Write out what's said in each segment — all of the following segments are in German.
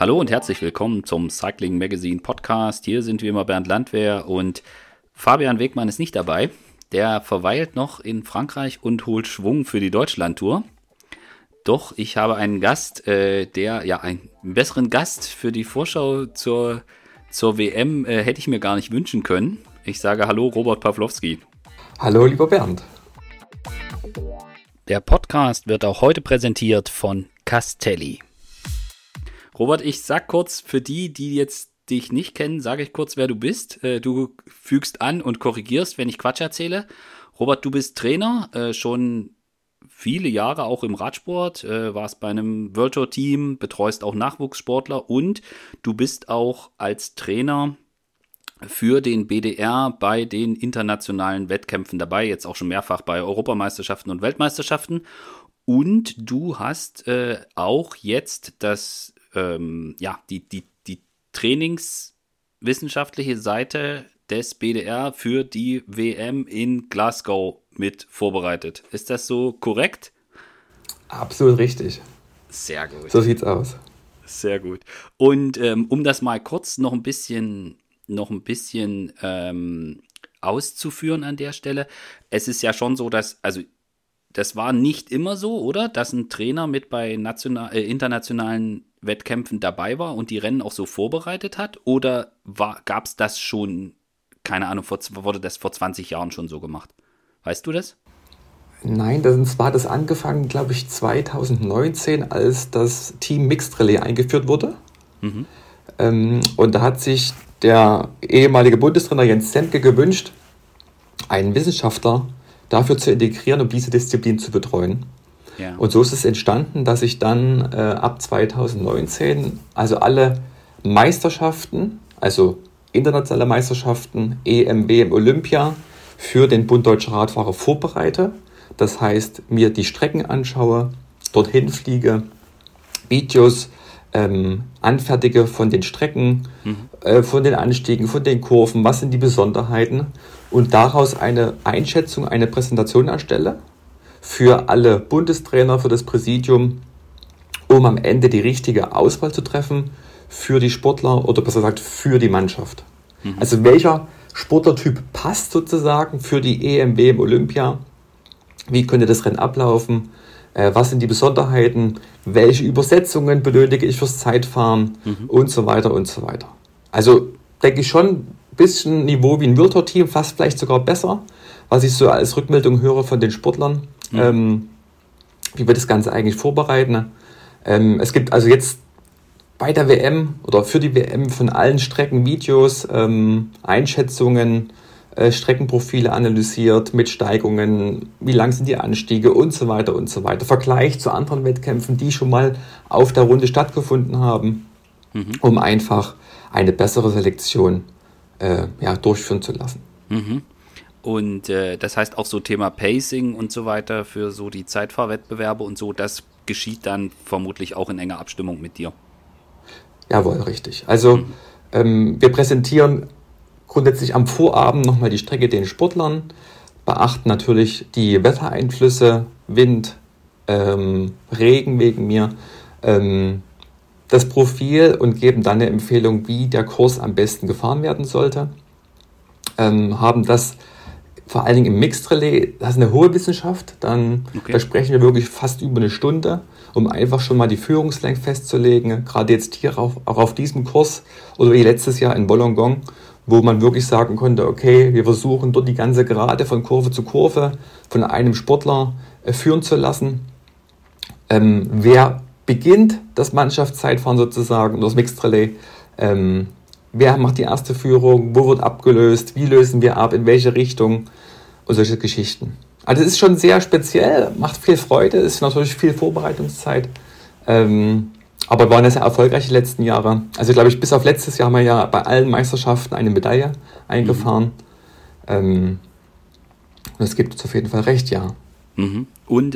Hallo und herzlich willkommen zum Cycling Magazine Podcast. Hier sind wie immer Bernd Landwehr und Fabian Wegmann ist nicht dabei. Der verweilt noch in Frankreich und holt Schwung für die Deutschlandtour. Doch ich habe einen Gast, einen besseren Gast für die Vorschau zur WM hätte ich mir gar nicht wünschen können. Ich sage Hallo, Robert Pawlowski. Hallo, lieber Bernd. Der Podcast wird auch heute präsentiert von Castelli. Robert, ich sag kurz, für die jetzt dich nicht kennen, sage ich kurz, wer du bist. Du fügst an und korrigierst, wenn ich Quatsch erzähle. Robert, du bist Trainer, schon viele Jahre auch im Radsport, warst bei einem World Tour Team, betreust auch Nachwuchssportler und du bist auch als Trainer für den BDR bei den internationalen Wettkämpfen dabei, jetzt auch schon mehrfach bei Europameisterschaften und Weltmeisterschaften. Und du hast auch jetzt die trainingswissenschaftliche Seite des BDR für die WM in Glasgow mit vorbereitet. Ist das so korrekt? Absolut richtig. Sehr gut. So sieht's aus. Sehr gut. Und um das mal kurz noch ein bisschen auszuführen an der Stelle, es ist ja schon so, das war nicht immer so, oder? Dass ein Trainer mit bei internationalen Wettkämpfen dabei war und die Rennen auch so vorbereitet hat? Oder gab es das schon, keine Ahnung, wurde das vor 20 Jahren schon so gemacht? Weißt du das? Nein, das angefangen, glaube ich, 2019, als das Team Mixed Relay eingeführt wurde. Mhm. Und da hat sich der ehemalige Bundestrainer Jens Semke gewünscht, einen Wissenschaftler dafür zu integrieren, um diese Disziplin zu betreuen. Ja. Und so ist es entstanden, dass ich dann ab 2019, also alle Meisterschaften, also internationale Meisterschaften, EM, WM, Olympia, für den Bund Deutscher Radfahrer vorbereite. Das heißt, mir die Strecken anschaue, dorthin fliege, Videos anfertige von den Strecken, von den Anstiegen, von den Kurven, was sind die Besonderheiten und daraus eine Einschätzung, eine Präsentation erstelle für alle Bundestrainer, für das Präsidium, um am Ende die richtige Auswahl zu treffen für die Sportler oder besser gesagt für die Mannschaft. Mhm. Also welcher Sportlertyp passt sozusagen für die EM, WM, Olympia? Wie könnte das Rennen ablaufen? Was sind die Besonderheiten? Welche Übersetzungen benötige ich fürs Zeitfahren? Und so weiter und so weiter. Also denke ich schon ein bisschen Niveau wie ein World Tour Team, fast vielleicht sogar besser, was ich so als Rückmeldung höre von den Sportlern, wie wir das Ganze eigentlich vorbereiten. Es gibt also jetzt bei der WM oder für die WM von allen Strecken Videos, Einschätzungen, Streckenprofile analysiert mit Steigungen, wie lang sind die Anstiege und so weiter und so weiter. Vergleich zu anderen Wettkämpfen, die schon mal auf der Runde stattgefunden haben, um einfach eine bessere Selektion durchführen zu lassen. Mhm. Und das heißt auch so Thema Pacing und so weiter für so die Zeitfahrwettbewerbe und so, das geschieht dann vermutlich auch in enger Abstimmung mit dir. Jawohl, richtig. Also wir präsentieren grundsätzlich am Vorabend nochmal die Strecke den Sportlern, beachten natürlich die Wettereinflüsse, Wind, Regen wegen mir, das Profil und geben dann eine Empfehlung, wie der Kurs am besten gefahren werden sollte. Haben das vor allen Dingen im Mixed Relay, das ist eine hohe Wissenschaft, da sprechen wir wirklich fast über eine Stunde, um einfach schon mal die Führungslänge festzulegen, gerade jetzt hier auch auf diesem Kurs oder wie letztes Jahr in Wollongong, wo man wirklich sagen konnte, okay, wir versuchen dort die ganze Gerade von Kurve zu Kurve von einem Sportler führen zu lassen. Wer beginnt das Mannschaftszeitfahren sozusagen, oder das Mixed Relay, wer macht die erste Führung, wo wird abgelöst, wie lösen wir ab, in welche Richtung und solche Geschichten. Also es ist schon sehr speziell, macht viel Freude, es ist natürlich viel Vorbereitungszeit, aber waren ja sehr erfolgreich die letzten Jahre. Also glaube ich, bis auf letztes Jahr haben wir ja bei allen Meisterschaften eine Medaille eingefahren. Und es gibt uns auf jeden Fall recht, ja. Und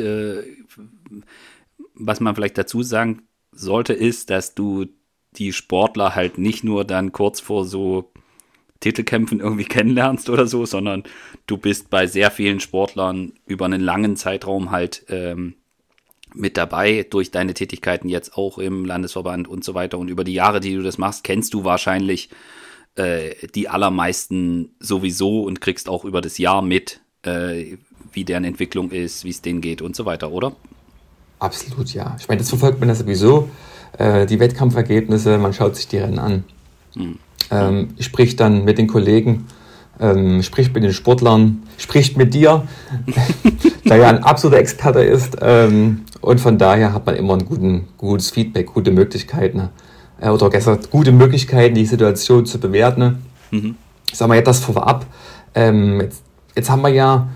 was man vielleicht dazu sagen sollte, ist, dass du die Sportler halt nicht nur dann kurz vor so Titelkämpfen irgendwie kennenlernst oder so, sondern du bist bei sehr vielen Sportlern über einen langen Zeitraum halt mit dabei durch deine Tätigkeiten jetzt auch im Landesverband und so weiter. Und über die Jahre, die du das machst, kennst du wahrscheinlich die allermeisten sowieso und kriegst auch über das Jahr mit, wie deren Entwicklung ist, wie es denen geht und so weiter, oder? Absolut, ja. Ich meine, das verfolgt man ja sowieso. Die Wettkampfergebnisse, man schaut sich die Rennen an. Spricht dann mit den Kollegen, spricht mit den Sportlern, spricht mit dir, der ja ein absoluter Experte ist. Und von daher hat man immer ein gutes Feedback, gute Möglichkeiten, oder gesagt, gute Möglichkeiten, die Situation zu bewerten. Sagen wir jetzt das vorab. Jetzt haben wir ja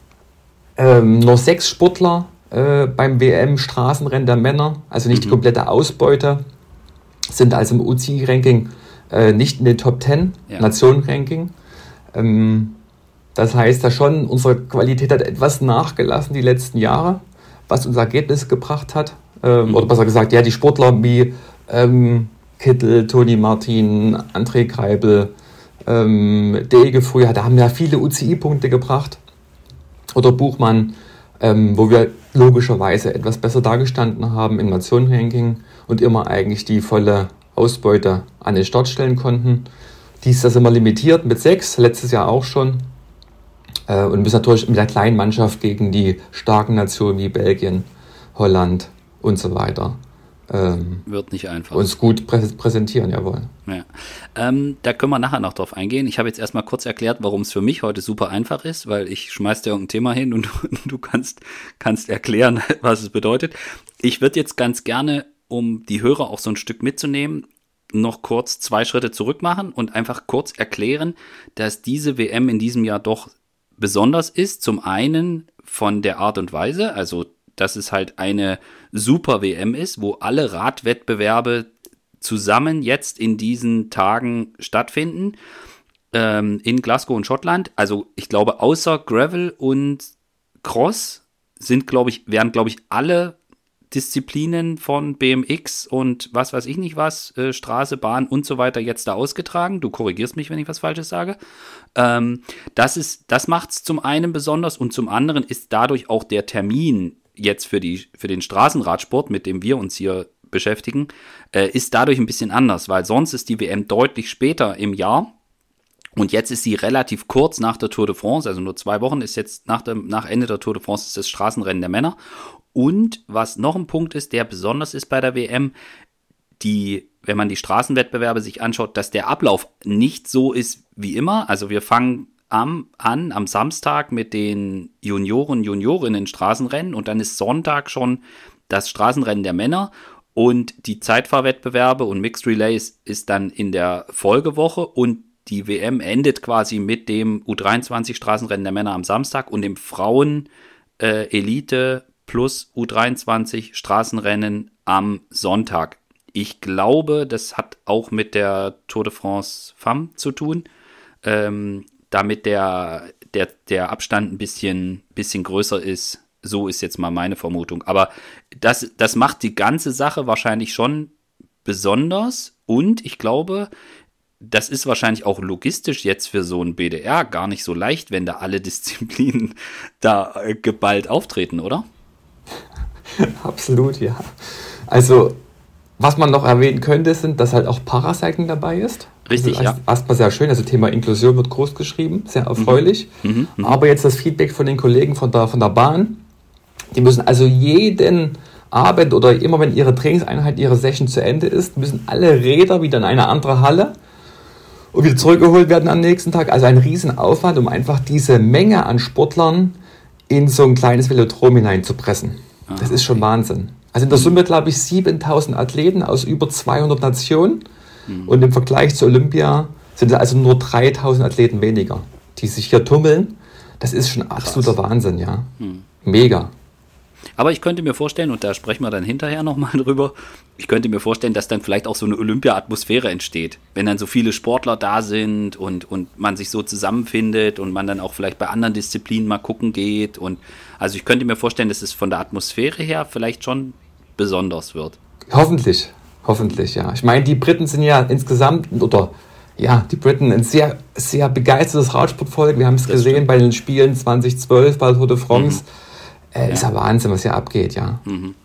nur 6 Sportler beim WM-Straßenrennen der Männer, also nicht die komplette Ausbeute, sind also im UCI-Ranking nicht in den Top 10, Nationen-Ranking. Das heißt ja schon, unsere Qualität hat etwas nachgelassen die letzten Jahre, was uns Ergebnisse gebracht hat. Oder besser gesagt, ja, die Sportler wie Kittel, Toni Martin, André Greipel, Dege früher, da haben ja viele UCI-Punkte gebracht. Oder Buchmann, wo wir logischerweise etwas besser dagestanden haben im Nationen-Ranking und immer eigentlich die volle Ausbeute an den Start stellen konnten. Dies ist immer limitiert mit 6, letztes Jahr auch schon. Und müssen natürlich mit der kleinen Mannschaft gegen die starken Nationen wie Belgien, Holland und so weiter wird nicht einfach. Uns gut präsentieren, jawohl. Ja. Da können wir nachher noch drauf eingehen. Ich habe jetzt erstmal kurz erklärt, warum es für mich heute super einfach ist, weil ich schmeiß dir irgendein Thema hin und du kannst erklären, was es bedeutet. Ich würde jetzt ganz gerne, um die Hörer auch so ein Stück mitzunehmen, noch kurz 2 Schritte zurück machen und einfach kurz erklären, dass diese WM in diesem Jahr doch besonders ist. Zum einen von der Art und Weise, also dass es halt eine super WM ist, wo alle Radwettbewerbe zusammen jetzt in diesen Tagen stattfinden, in Glasgow und Schottland. Also ich glaube, außer Gravel und Cross werden, glaube ich, alle Disziplinen von BMX und was weiß ich nicht was, Straße, Bahn und so weiter jetzt da ausgetragen. Du korrigierst mich, wenn ich was Falsches sage. Das macht es zum einen besonders und zum anderen ist dadurch auch der Termin jetzt für den Straßenradsport, mit dem wir uns hier beschäftigen, ist dadurch ein bisschen anders, weil sonst ist die WM deutlich später im Jahr und jetzt ist sie relativ kurz nach der Tour de France, also nur 2 Wochen ist jetzt nach Ende der Tour de France ist das Straßenrennen der Männer. Und was noch ein Punkt ist, der besonders ist bei der WM, wenn man die Straßenwettbewerbe sich anschaut, dass der Ablauf nicht so ist wie immer. Also wir fangen am Samstag mit den Juniorinnen Straßenrennen und dann ist Sonntag schon das Straßenrennen der Männer und die Zeitfahrwettbewerbe und Mixed Relays ist dann in der Folgewoche und die WM endet quasi mit dem U23 Straßenrennen der Männer am Samstag und dem Frauen Elite plus U23 Straßenrennen am Sonntag. Ich glaube, das hat auch mit der Tour de France Femme zu tun, damit der Abstand ein bisschen größer ist. So ist jetzt mal meine Vermutung. Aber das macht die ganze Sache wahrscheinlich schon besonders. Und ich glaube, das ist wahrscheinlich auch logistisch jetzt für so ein BDR gar nicht so leicht, wenn da alle Disziplinen da geballt auftreten, oder? Absolut, ja. Also, was man noch erwähnen könnte, sind, dass halt auch Paracycling dabei ist. Richtig, ja. Erstmal sehr schön, also Thema Inklusion wird groß geschrieben, sehr erfreulich. Aber jetzt das Feedback von den Kollegen von der Bahn, die müssen also jeden Abend oder immer wenn ihre Trainingseinheit, ihre Session zu Ende ist, müssen alle Räder wieder in eine andere Halle und wieder zurückgeholt werden am nächsten Tag. Also ein Riesenaufwand, um einfach diese Menge an Sportlern in so ein kleines Velodrom hineinzupressen. Das ist schon Wahnsinn. Also in der Summe, glaube ich, 7.000 Athleten aus über 200 Nationen. Und im Vergleich zu Olympia sind es also nur 3.000 Athleten weniger, die sich hier tummeln. Das ist schon absoluter Wahnsinn, ja. Mega. Aber ich könnte mir vorstellen, und da sprechen wir dann hinterher nochmal drüber, ich könnte mir vorstellen, dass dann vielleicht auch so eine Olympia-Atmosphäre entsteht, wenn dann so viele Sportler da sind und man sich so zusammenfindet und man dann auch vielleicht bei anderen Disziplinen mal gucken geht. Und also ich könnte mir vorstellen, dass es von der Atmosphäre her vielleicht schon besonders wird. Hoffentlich, ja. Ich meine, die Briten sind ja insgesamt, die Briten ein sehr, sehr begeistertes Radsportvolk. Wir haben es gesehen bei den Spielen 2012 bei Tour de France. Ist ja Wahnsinn, was hier abgeht, ja.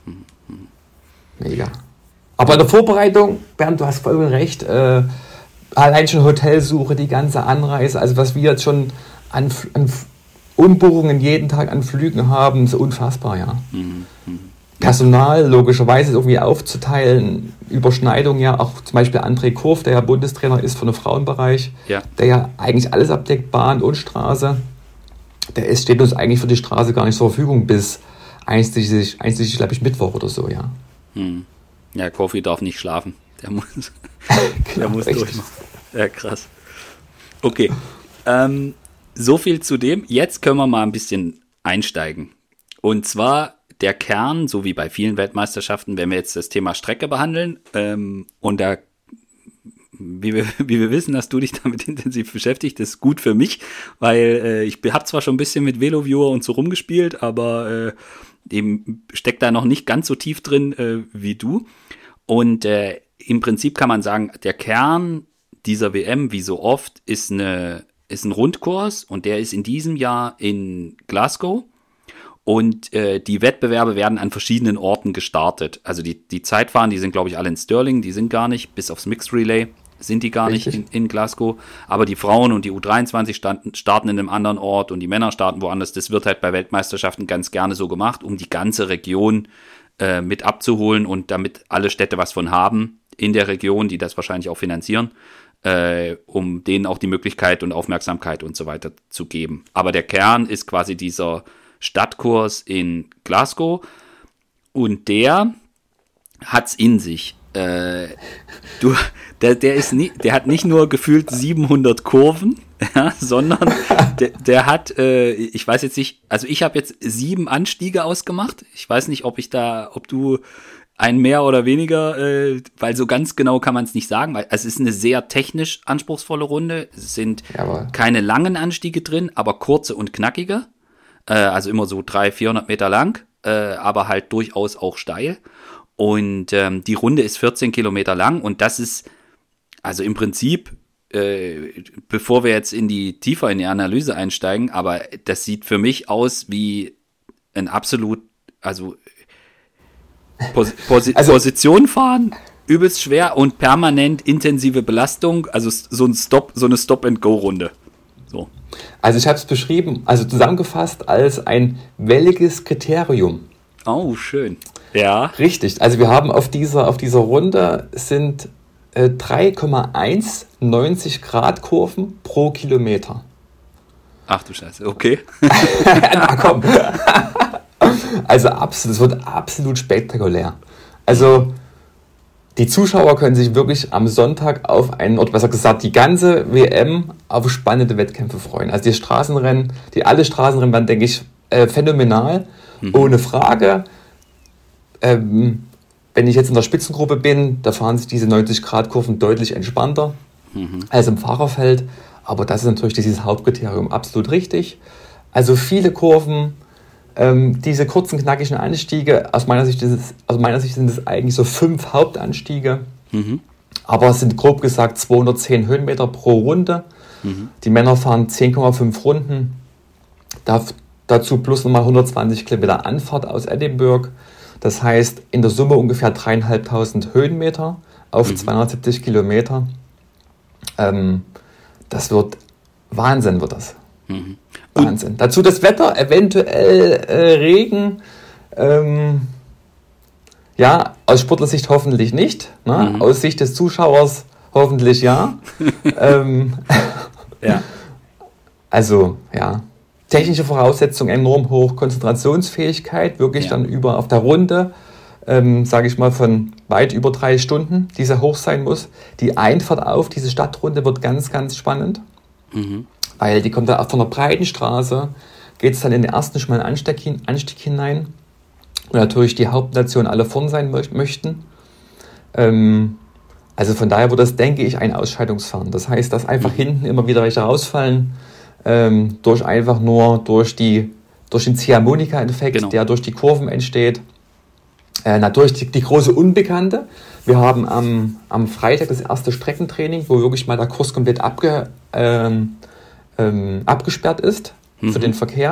Mega. Aber in der Vorbereitung, Bernd, du hast voll recht, allein schon Hotelsuche, die ganze Anreise, also was wir jetzt schon an Umbuchungen jeden Tag an Flügen haben, ist unfassbar, ja. Personal logischerweise irgendwie aufzuteilen, Überschneidung ja, auch zum Beispiel André Kurf, der ja Bundestrainer ist von dem Frauenbereich, der ja eigentlich alles abdeckt, Bahn und Straße, steht uns eigentlich für die Straße gar nicht zur Verfügung bis einschließlich, glaube ich, Mittwoch oder so, ja. Ja, Kofi darf nicht schlafen. Der muss, der muss durchmachen. Ja, krass. Okay. So viel zu dem. Jetzt können wir mal ein bisschen einsteigen. Und zwar der Kern, so wie bei vielen Weltmeisterschaften, wenn wir jetzt das Thema Strecke behandeln. Und da, wie wir wissen, hast du dich damit intensiv beschäftigt. Das ist gut für mich, weil ich habe zwar schon ein bisschen mit VeloViewer und so rumgespielt, aber eben steckt da noch nicht ganz so tief drin wie du. Und im Prinzip kann man sagen, der Kern dieser WM, wie so oft, ist ein Rundkurs und der ist in diesem Jahr in Glasgow. Und die Wettbewerbe werden an verschiedenen Orten gestartet. Also die Zeitfahren, die sind, glaube ich, alle in Stirling, die sind gar nicht, bis aufs Mixed Relay sind die gar nicht in Glasgow. Aber die Frauen und die U23 starten in einem anderen Ort und die Männer starten woanders. Das wird halt bei Weltmeisterschaften ganz gerne so gemacht, um die ganze Region mit abzuholen und damit alle Städte was von haben in der Region, die das wahrscheinlich auch finanzieren, um denen auch die Möglichkeit und Aufmerksamkeit und so weiter zu geben. Aber der Kern ist quasi dieser Stadtkurs in Glasgow und der hat's in sich. Der hat nicht nur gefühlt 700 Kurven, ja, sondern der hat, ich weiß jetzt nicht, also ich habe jetzt 7 Anstiege ausgemacht. Ich weiß nicht, ob du ein mehr oder weniger, weil so ganz genau kann man es nicht sagen, weil es ist eine sehr technisch anspruchsvolle Runde. Es sind keine langen Anstiege drin, aber kurze und knackige. Also immer so 300-400 Meter lang, aber halt durchaus auch steil. Und die Runde ist 14 Kilometer lang und das ist, also im Prinzip, bevor wir jetzt tiefer in die Analyse einsteigen, aber das sieht für mich aus wie ein absolut, also Position fahren, übelst schwer und permanent intensive Belastung, also so eine Stop-and-Go-Runde. So. Also ich habe es beschrieben, also zusammengefasst als ein welliges Kriterium. Oh, schön. Ja. Richtig, also wir haben auf dieser Runde sind 3,190 Grad Kurven pro Kilometer. Ach du Scheiße, okay. Na komm. Also es wird absolut spektakulär. Also die Zuschauer können sich wirklich am Sonntag auf oder besser gesagt die ganze WM auf spannende Wettkämpfe freuen. Also alle Straßenrennen waren, denke ich, phänomenal, ohne Frage. Wenn ich jetzt in der Spitzengruppe bin, da fahren sich diese 90-Grad-Kurven deutlich entspannter als im Fahrerfeld. Aber das ist natürlich dieses Hauptkriterium absolut richtig. Also viele Kurven, diese kurzen, knackigen Anstiege, aus meiner Sicht sind es eigentlich so 5 Hauptanstiege. Aber es sind grob gesagt 210 Höhenmeter pro Runde. Die Männer fahren 10,5 Runden. Dazu plus nochmal 120 Kilometer Anfahrt aus Edinburgh. Das heißt, in der Summe ungefähr 3.500 Höhenmeter auf 270 Kilometer. Das wird Wahnsinn, wird das. Wahnsinn. Dazu das Wetter, eventuell Regen. Ja, aus Sportlersicht hoffentlich nicht. Ne? Aus Sicht des Zuschauers hoffentlich ja. Ja. Also, ja. Technische Voraussetzungen enorm hoch, Konzentrationsfähigkeit, wirklich dann auf der Runde, sage ich mal, von weit über 3 Stunden, die sehr hoch sein muss. Die Einfahrt auf diese Stadtrunde wird ganz, ganz spannend, weil die kommt dann von der breiten Straße, geht es dann in den ersten schmalen Anstieg hinein, wo natürlich die Hauptnation alle vorn sein möchten. Also von daher wird das, denke ich, ein Ausscheidungsfahren. Das heißt, dass einfach hinten immer wieder welche rausfallen, durch den Ziehharmonika-Effekt, der durch die Kurven entsteht. Natürlich die große Unbekannte. Wir haben am Freitag das erste Streckentraining, wo wirklich mal der Kurs komplett abgesperrt ist für den Verkehr.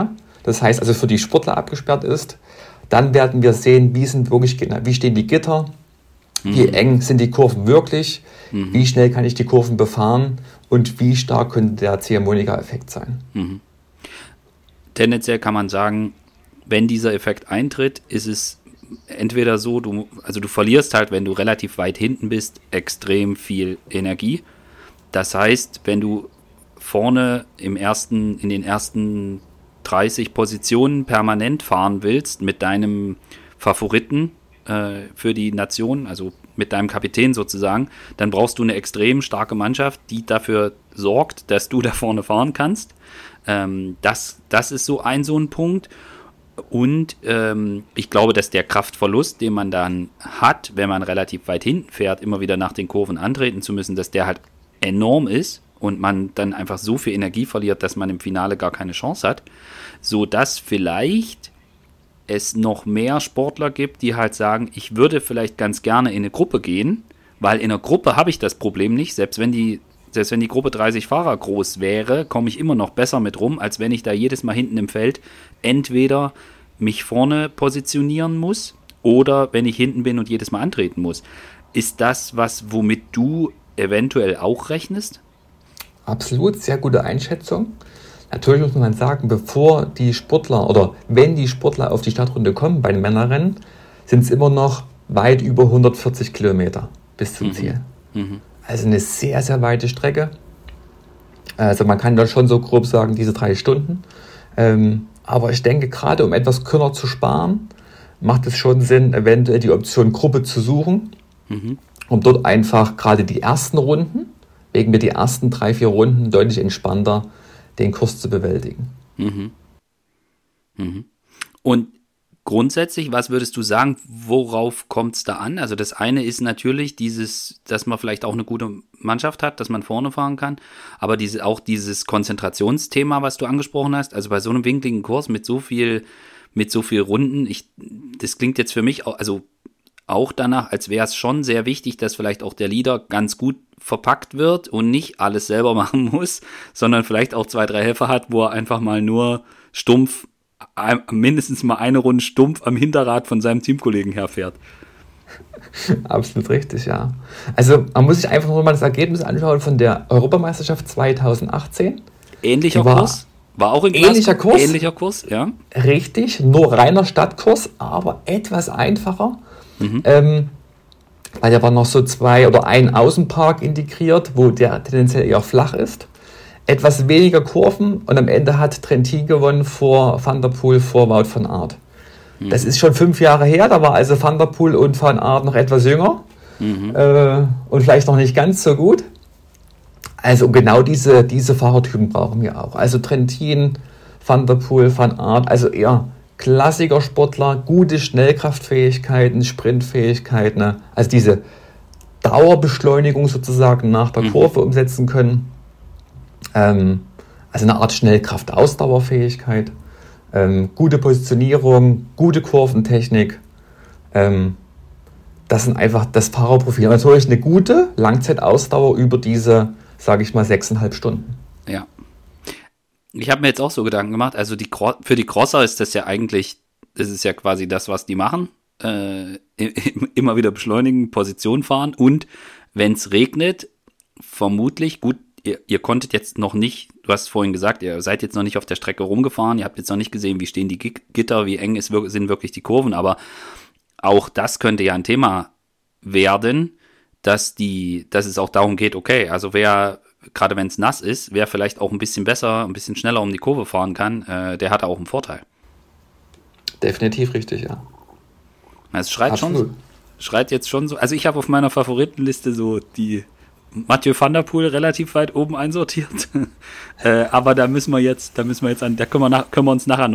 das heißt also für die Sportler abgesperrt ist. Dann werden wir sehen, wie stehen die Gitter, wie eng sind die Kurven wirklich, wie schnell kann ich die Kurven befahren und wie stark könnte der Ziehharmonika-Effekt sein. Tendenziell kann man sagen, wenn dieser Effekt eintritt, ist es entweder so, du verlierst halt, wenn du relativ weit hinten bist, extrem viel Energie. Das heißt, wenn du vorne in den ersten 30 Positionen permanent fahren willst mit deinem Favoriten für die Nation, also mit deinem Kapitän sozusagen, dann brauchst du eine extrem starke Mannschaft, die dafür sorgt, dass du da vorne fahren kannst. Das ist so ein Punkt. Und ich glaube, dass der Kraftverlust, den man dann hat, wenn man relativ weit hinten fährt, immer wieder nach den Kurven antreten zu müssen, dass der halt enorm ist und man dann einfach so viel Energie verliert, dass man im Finale gar keine Chance hat, sodass vielleicht es noch mehr Sportler gibt, die halt sagen, ich würde vielleicht ganz gerne in eine Gruppe gehen, weil in einer Gruppe habe ich das Problem nicht, selbst wenn die Gruppe 30 Fahrer groß wäre, komme ich immer noch besser mit rum, als wenn ich da jedes Mal hinten im Feld entweder mich vorne positionieren muss oder wenn ich hinten bin und jedes Mal antreten muss. Ist das womit du eventuell auch rechnest? Absolut, sehr gute Einschätzung. Natürlich muss man sagen, wenn die Sportler auf die Startrunde kommen bei den Männerrennen, sind es immer noch weit über 140 Kilometer bis zum Ziel. Also eine sehr, sehr weite Strecke. Also man kann da schon so grob sagen, diese 3 Stunden. Aber ich denke, gerade um etwas Körner zu sparen, macht es schon Sinn, eventuell die Option Gruppe zu suchen, um dort einfach gerade die ersten Runden, wegen mir die ersten 3-4 Runden deutlich entspannter den Kurs zu bewältigen. Und grundsätzlich, was würdest du sagen, worauf kommt es da an? Also das eine ist natürlich dass man vielleicht auch eine gute Mannschaft hat, dass man vorne fahren kann, aber dieses Konzentrationsthema, was du angesprochen hast, also bei so einem winkligen Kurs mit so viel Runden, das klingt jetzt für mich auch danach, als wäre es schon sehr wichtig, dass vielleicht auch der Leader ganz gut verpackt wird und nicht alles selber machen muss, sondern vielleicht auch 2, 3 Helfer hat, wo er einfach mal nur stumpf, mindestens mal eine Runde stumpf am Hinterrad von seinem Teamkollegen herfährt. Absolut richtig, ja. Also man muss sich einfach nur mal das Ergebnis anschauen von der Europameisterschaft 2018. Ähnlicher Kurs? War auch in Glasgow? Ähnlicher Kurs, ja. Richtig, nur reiner Stadtkurs, aber etwas einfacher. Weil da war noch so 2 oder ein Außenpark integriert, wo der tendenziell eher flach ist. Etwas weniger Kurven und am Ende hat Trentin gewonnen vor Van der Poel, vor Wout van Aert. Das ist schon 5 Jahre her, da war also Van der Poel und Van Aert noch etwas jünger und vielleicht noch nicht ganz so gut. Also genau diese Fahrertypen brauchen wir auch. Also Trentin, Van der Poel, Van Aert, also eher Klassiker-Sportler, gute Schnellkraftfähigkeiten, Sprintfähigkeiten, also diese Dauerbeschleunigung sozusagen nach der Kurve umsetzen können. Also eine Art Schnellkraft-Ausdauerfähigkeit, gute Positionierung, gute Kurventechnik. Das sind einfach das Fahrerprofil. Und natürlich eine gute Langzeitausdauer über diese, sage ich mal, 6,5 Stunden. Ja. Ich habe mir jetzt auch so Gedanken gemacht, also für die Crosser ist das ist ja quasi das, was die machen. Immer wieder beschleunigen, Position fahren und wenn es regnet, vermutlich, gut, ihr konntet jetzt noch nicht, du hast vorhin gesagt, ihr seid jetzt noch nicht auf der Strecke rumgefahren, ihr habt jetzt noch nicht gesehen, wie stehen die Gitter, wie eng sind wirklich die Kurven, aber auch das könnte ja ein Thema werden, dass es auch darum geht, okay, also gerade wenn es nass ist, wer vielleicht auch ein bisschen besser, ein bisschen schneller um die Kurve fahren kann, der hat auch einen Vorteil. Definitiv richtig, ja. Es schreit jetzt schon so, also ich habe auf meiner Favoritenliste so die Mathieu van der Poel relativ weit oben einsortiert, aber da können wir nachher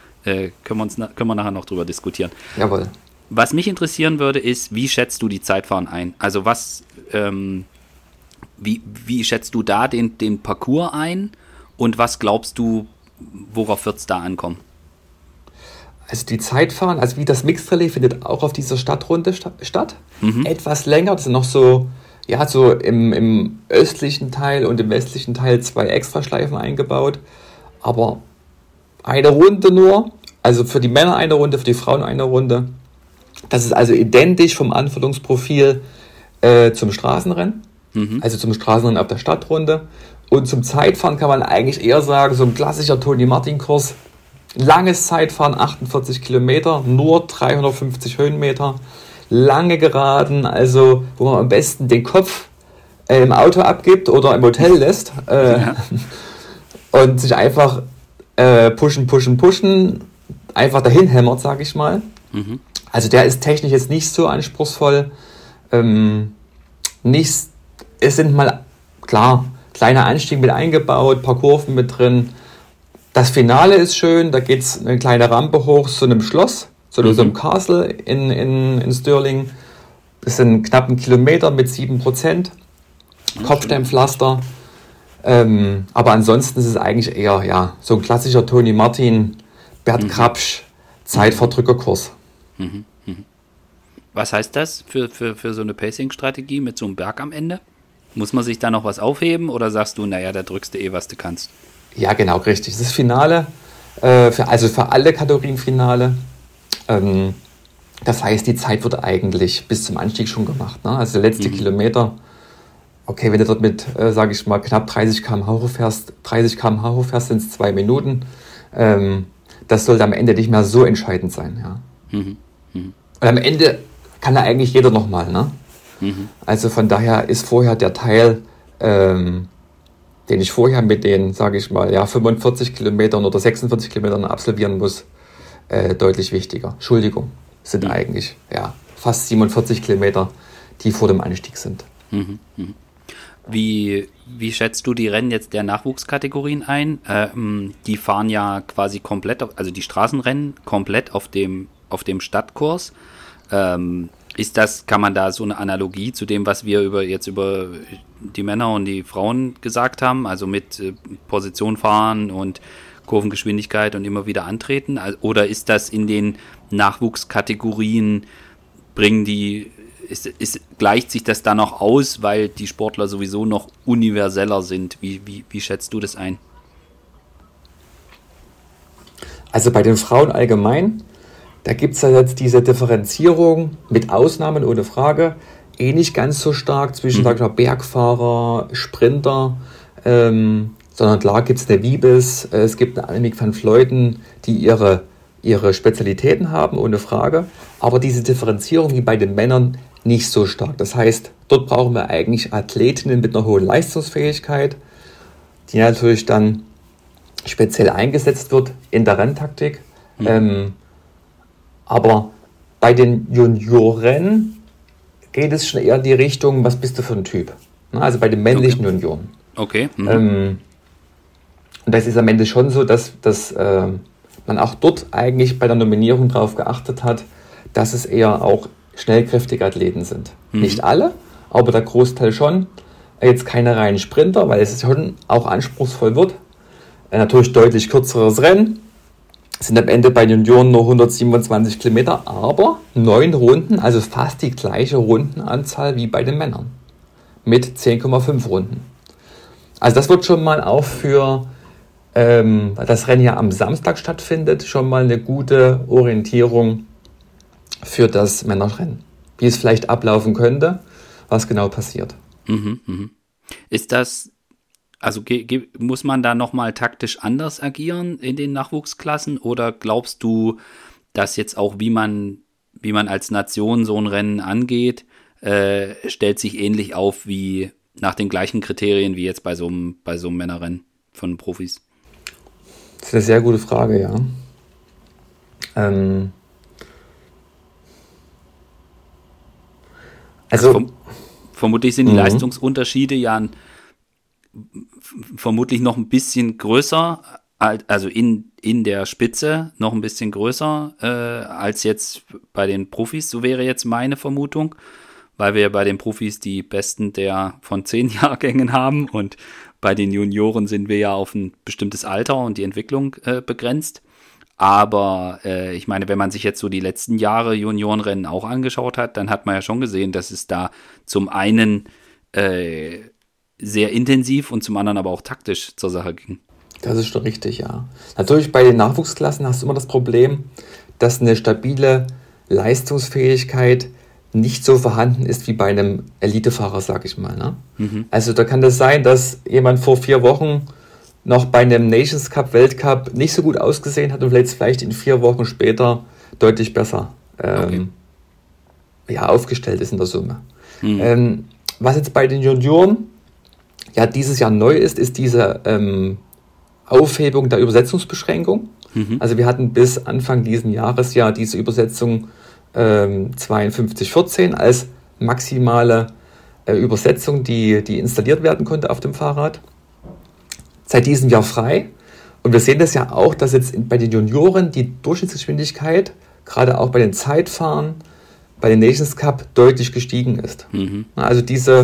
noch drüber diskutieren. Jawohl. Was mich interessieren würde, ist, wie schätzt du die Zeitfahren ein? Also wie schätzt du da den Parcours ein und was glaubst du, worauf wird es da ankommen? Also die Zeitfahren, also wie das Mixed Relais findet auch auf dieser Stadtrunde statt. Etwas länger, das sind noch so im östlichen Teil und im westlichen Teil 2 Extraschleifen eingebaut. Aber eine Runde nur, also für die Männer eine Runde, für die Frauen eine Runde. Das ist also identisch vom Anforderungsprofil zum Straßenrennen, also zum Straßenrennen auf der Stadtrunde. Und zum Zeitfahren kann man eigentlich eher sagen, so ein klassischer Toni-Martin-Kurs, langes Zeitfahren, 48 Kilometer, nur 350 Höhenmeter, lange Geraden, also wo man am besten den Kopf im Auto abgibt oder im Hotel lässt und sich einfach pushen, einfach dahin hämmert, sag ich mal. Also der ist technisch jetzt nicht so anspruchsvoll. Es sind mal, klar, kleiner Anstieg mit eingebaut, paar Kurven mit drin. Das Finale ist schön, da geht es eine kleine Rampe hoch zu einem Schloss, zu so einem Castle in Stirling. Das sind knapp 1 Kilometer mit 7%. Kopfsteinpflaster. Aber ansonsten ist es eigentlich eher so ein klassischer Toni Martin, Bert Krapsch, Zeitverdrückerkurs. Was heißt das für so eine Pacing-Strategie mit so einem Berg am Ende? Muss man sich da noch was aufheben oder sagst du, naja, da drückst du was du kannst? Ja, genau, richtig. Das Finale, für alle Kategorien Finale. Das heißt, die Zeit wird eigentlich bis zum Anstieg schon gemacht. Ne? Also der letzte Kilometer, okay, wenn du dort mit, sage ich mal, knapp 30 km/h hochfährst, sind es 2 Minuten. Das sollte am Ende nicht mehr so entscheidend sein. Ja. Und am Ende kann da eigentlich jeder nochmal. Ne? Also von daher ist vorher der Teil, den ich vorher mit den, sage ich mal, 45 Kilometern oder 46 Kilometern absolvieren muss, deutlich wichtiger. Entschuldigung, sind eigentlich fast 47 Kilometer, die vor dem Anstieg sind. Wie schätzt du die Rennen jetzt der Nachwuchskategorien ein? Die fahren ja quasi komplett, also die Straßenrennen komplett auf dem Stadtkurs. Kann man da so eine Analogie zu dem, was wir über die Männer und die Frauen gesagt haben, also mit Position fahren und Kurvengeschwindigkeit und immer wieder antreten? Oder ist das in den Nachwuchskategorien, gleicht sich das da noch aus, weil die Sportler sowieso noch universeller sind? Wie schätzt du das ein? Also bei den Frauen allgemein, da gibt es ja jetzt diese Differenzierung mit Ausnahmen ohne Frage, nicht ganz so stark zwischen Bergfahrer, Sprinter, sondern klar gibt es eine Wiebes, es gibt eine Annemiek van Vleuten, die ihre Spezialitäten haben, ohne Frage, aber diese Differenzierung wie bei den Männern nicht so stark. Das heißt, dort brauchen wir eigentlich Athletinnen mit einer hohen Leistungsfähigkeit, die natürlich dann speziell eingesetzt wird in der Renntaktik. Aber bei den Junioren geht es schon eher in die Richtung, was bist du für ein Typ? Also bei den männlichen Junioren. Okay. Und das ist am Ende schon so, dass man auch dort eigentlich bei der Nominierung darauf geachtet hat, dass es eher auch schnellkräftige Athleten sind. Nicht alle, aber der Großteil schon. Jetzt keine reinen Sprinter, weil es schon auch anspruchsvoll wird. Natürlich deutlich kürzeres Rennen. Sind am Ende bei den Junioren nur 127 Kilometer, aber 9 Runden, also fast die gleiche Rundenanzahl wie bei den Männern. Mit 10,5 Runden. Also das wird schon mal auch für weil das Rennen ja am Samstag stattfindet, schon mal eine gute Orientierung für das Männerrennen. Wie es vielleicht ablaufen könnte, was genau passiert. Ist das, also muss man da nochmal taktisch anders agieren in den Nachwuchsklassen oder glaubst du, dass jetzt auch wie man als Nation so ein Rennen angeht, stellt sich ähnlich auf wie nach den gleichen Kriterien wie jetzt bei so einem Männerrennen von Profis? Das ist eine sehr gute Frage, ja. Vermutlich sind die Leistungsunterschiede ja vermutlich noch ein bisschen größer, also in der Spitze noch ein bisschen größer als jetzt bei den Profis, so wäre jetzt meine Vermutung, weil wir bei den Profis die Besten von 10 Jahrgängen haben und bei den Junioren sind wir ja auf ein bestimmtes Alter und die Entwicklung begrenzt. Aber ich meine, wenn man sich jetzt so die letzten Jahre Juniorenrennen auch angeschaut hat, dann hat man ja schon gesehen, dass es da zum einen sehr intensiv und zum anderen aber auch taktisch zur Sache ging. Das ist schon richtig, ja. Natürlich bei den Nachwuchsklassen hast du immer das Problem, dass eine stabile Leistungsfähigkeit nicht so vorhanden ist wie bei einem Elitefahrer, sag ich mal. Ne? Also da kann das sein, dass jemand vor 4 Wochen noch bei einem Nations Cup, Weltcup nicht so gut ausgesehen hat und vielleicht in 4 Wochen später deutlich besser aufgestellt ist in der Summe. Was jetzt bei den Junioren ja dieses Jahr neu ist, ist diese Aufhebung der Übersetzungsbeschränkung. Also wir hatten bis Anfang diesen Jahres ja diese Übersetzung 5214 als maximale Übersetzung, die installiert werden konnte auf dem Fahrrad. Seit diesem Jahr frei. Und wir sehen das ja auch, dass jetzt bei den Junioren die Durchschnittsgeschwindigkeit, gerade auch bei den Zeitfahren, bei den Nations Cup deutlich gestiegen ist. Also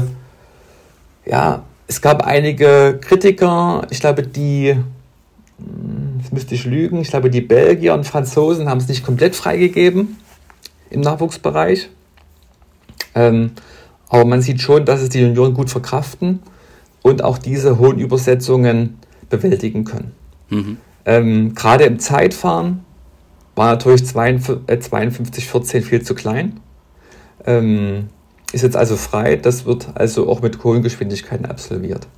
es gab einige Kritiker, ich glaube jetzt müsste ich lügen, ich glaube die Belgier und Franzosen haben es nicht komplett freigegeben im Nachwuchsbereich. Aber man sieht schon, dass es die Junioren gut verkraften und auch diese hohen Übersetzungen bewältigen können. Gerade im Zeitfahren war natürlich 52,14 viel zu klein. Ist jetzt also frei, das wird also auch mit hohen Geschwindigkeiten absolviert.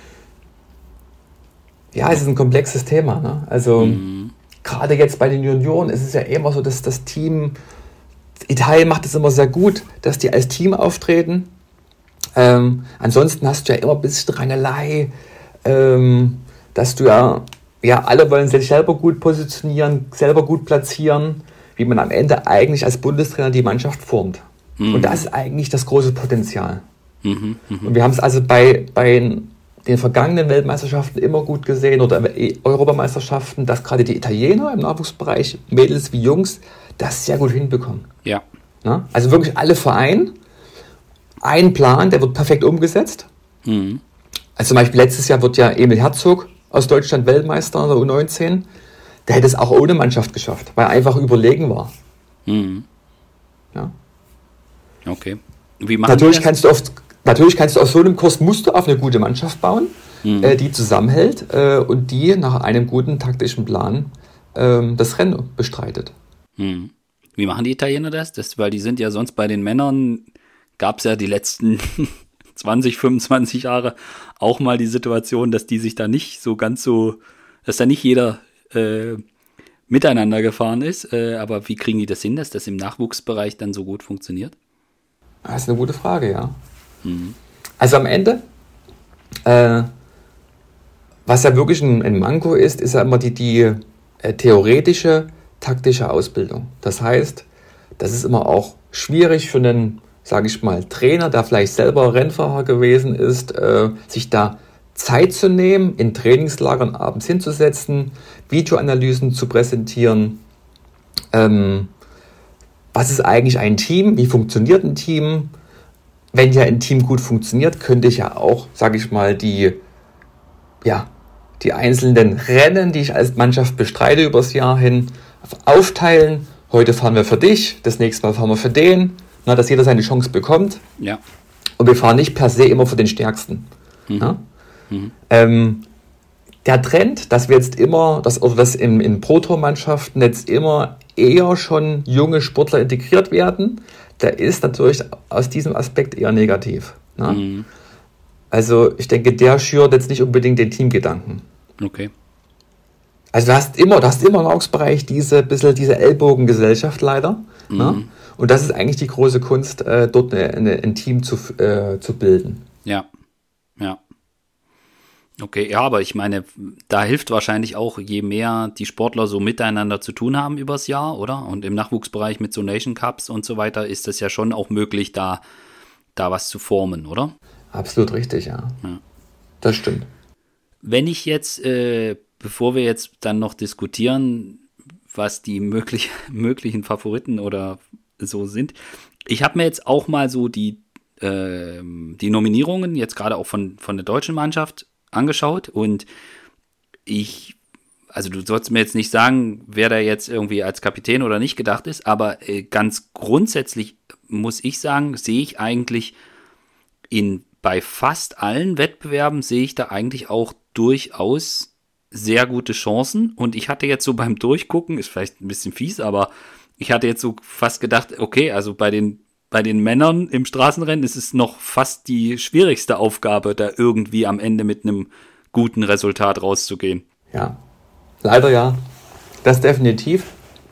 Ja, es ist ein komplexes Thema. Ne? Also gerade jetzt bei den Junioren ist es ja immer so, dass das Team, Italien macht es immer sehr gut, dass die als Team auftreten. Ansonsten hast du ja immer ein bisschen Rangelei, dass du alle wollen sich selber gut positionieren, selber gut platzieren, wie man am Ende eigentlich als Bundestrainer die Mannschaft formt. Und das ist eigentlich das große Potenzial. Und wir haben es also bei den vergangenen Weltmeisterschaften immer gut gesehen oder Europameisterschaften, dass gerade die Italiener im Nachwuchsbereich, Mädels wie Jungs, das sehr gut hinbekommen. Ja. Na? Also wirklich alle vereinen, ein Plan, der wird perfekt umgesetzt. Also zum Beispiel letztes Jahr wird ja Emil Herzog aus Deutschland Weltmeister der U19. Der hätte es auch ohne Mannschaft geschafft, weil er einfach überlegen war. Ja. Okay. Wie machen Natürlich kannst du aus so einem Kurs musst du auf eine gute Mannschaft bauen, die zusammenhält und die nach einem guten taktischen Plan das Rennen bestreitet. Wie machen die Italiener das? Weil die sind ja sonst bei den Männern, gab es ja die letzten 20, 25 Jahre auch mal die Situation, dass die sich da nicht so ganz so, dass da nicht jeder miteinander gefahren ist. Aber wie kriegen die das hin, dass das im Nachwuchsbereich dann so gut funktioniert? Das ist eine gute Frage, ja. Also am Ende, was ja wirklich ein Manko ist ja immer die theoretische, taktische Ausbildung. Das heißt, das ist immer auch schwierig für einen, sage ich mal, Trainer, der vielleicht selber Rennfahrer gewesen ist, sich da Zeit zu nehmen, in Trainingslagern abends hinzusetzen, Videoanalysen zu präsentieren. Was ist eigentlich ein Team? Wie funktioniert ein Team? Wenn ja ein Team gut funktioniert, könnte ich ja auch, sage ich mal, die einzelnen Rennen, die ich als Mannschaft bestreite übers Jahr hin, aufteilen. Heute fahren wir für dich, das nächste Mal fahren wir für den, dass jeder seine Chance bekommt. Ja. Und wir fahren nicht per se immer für den Stärksten. Der Trend, dass wir jetzt immer, dass in Pro-Tour-Mannschaften jetzt immer eher schon junge Sportler integriert werden, der ist natürlich aus diesem Aspekt eher negativ. Ne? Also ich denke, der schürt jetzt nicht unbedingt den Teamgedanken. Okay. Also du hast immer im Augsbereich diese Ellbogengesellschaft leider. Ne? Und das ist eigentlich die große Kunst, dort ein Team zu bilden. Ja. Okay, ja, aber ich meine, da hilft wahrscheinlich auch, je mehr die Sportler so miteinander zu tun haben übers Jahr, oder? Und im Nachwuchsbereich mit so Nation Cups und so weiter ist es ja schon auch möglich, da was zu formen, oder? Absolut richtig, ja. Das stimmt. Wenn ich jetzt, bevor wir jetzt dann noch diskutieren, was die möglichen Favoriten oder so sind, ich habe mir jetzt auch mal so die Nominierungen, jetzt gerade auch von der deutschen Mannschaft, angeschaut und also du sollst mir jetzt nicht sagen, wer da jetzt irgendwie als Kapitän oder nicht gedacht ist, aber ganz grundsätzlich muss ich sagen, sehe ich eigentlich bei fast allen Wettbewerben sehe ich da eigentlich auch durchaus sehr gute Chancen und ich hatte jetzt so beim Durchgucken, ist vielleicht ein bisschen fies, aber ich hatte jetzt so fast gedacht, okay, also bei den Männern im Straßenrennen ist es noch fast die schwierigste Aufgabe, da irgendwie am Ende mit einem guten Resultat rauszugehen. Ja, leider ja, das definitiv.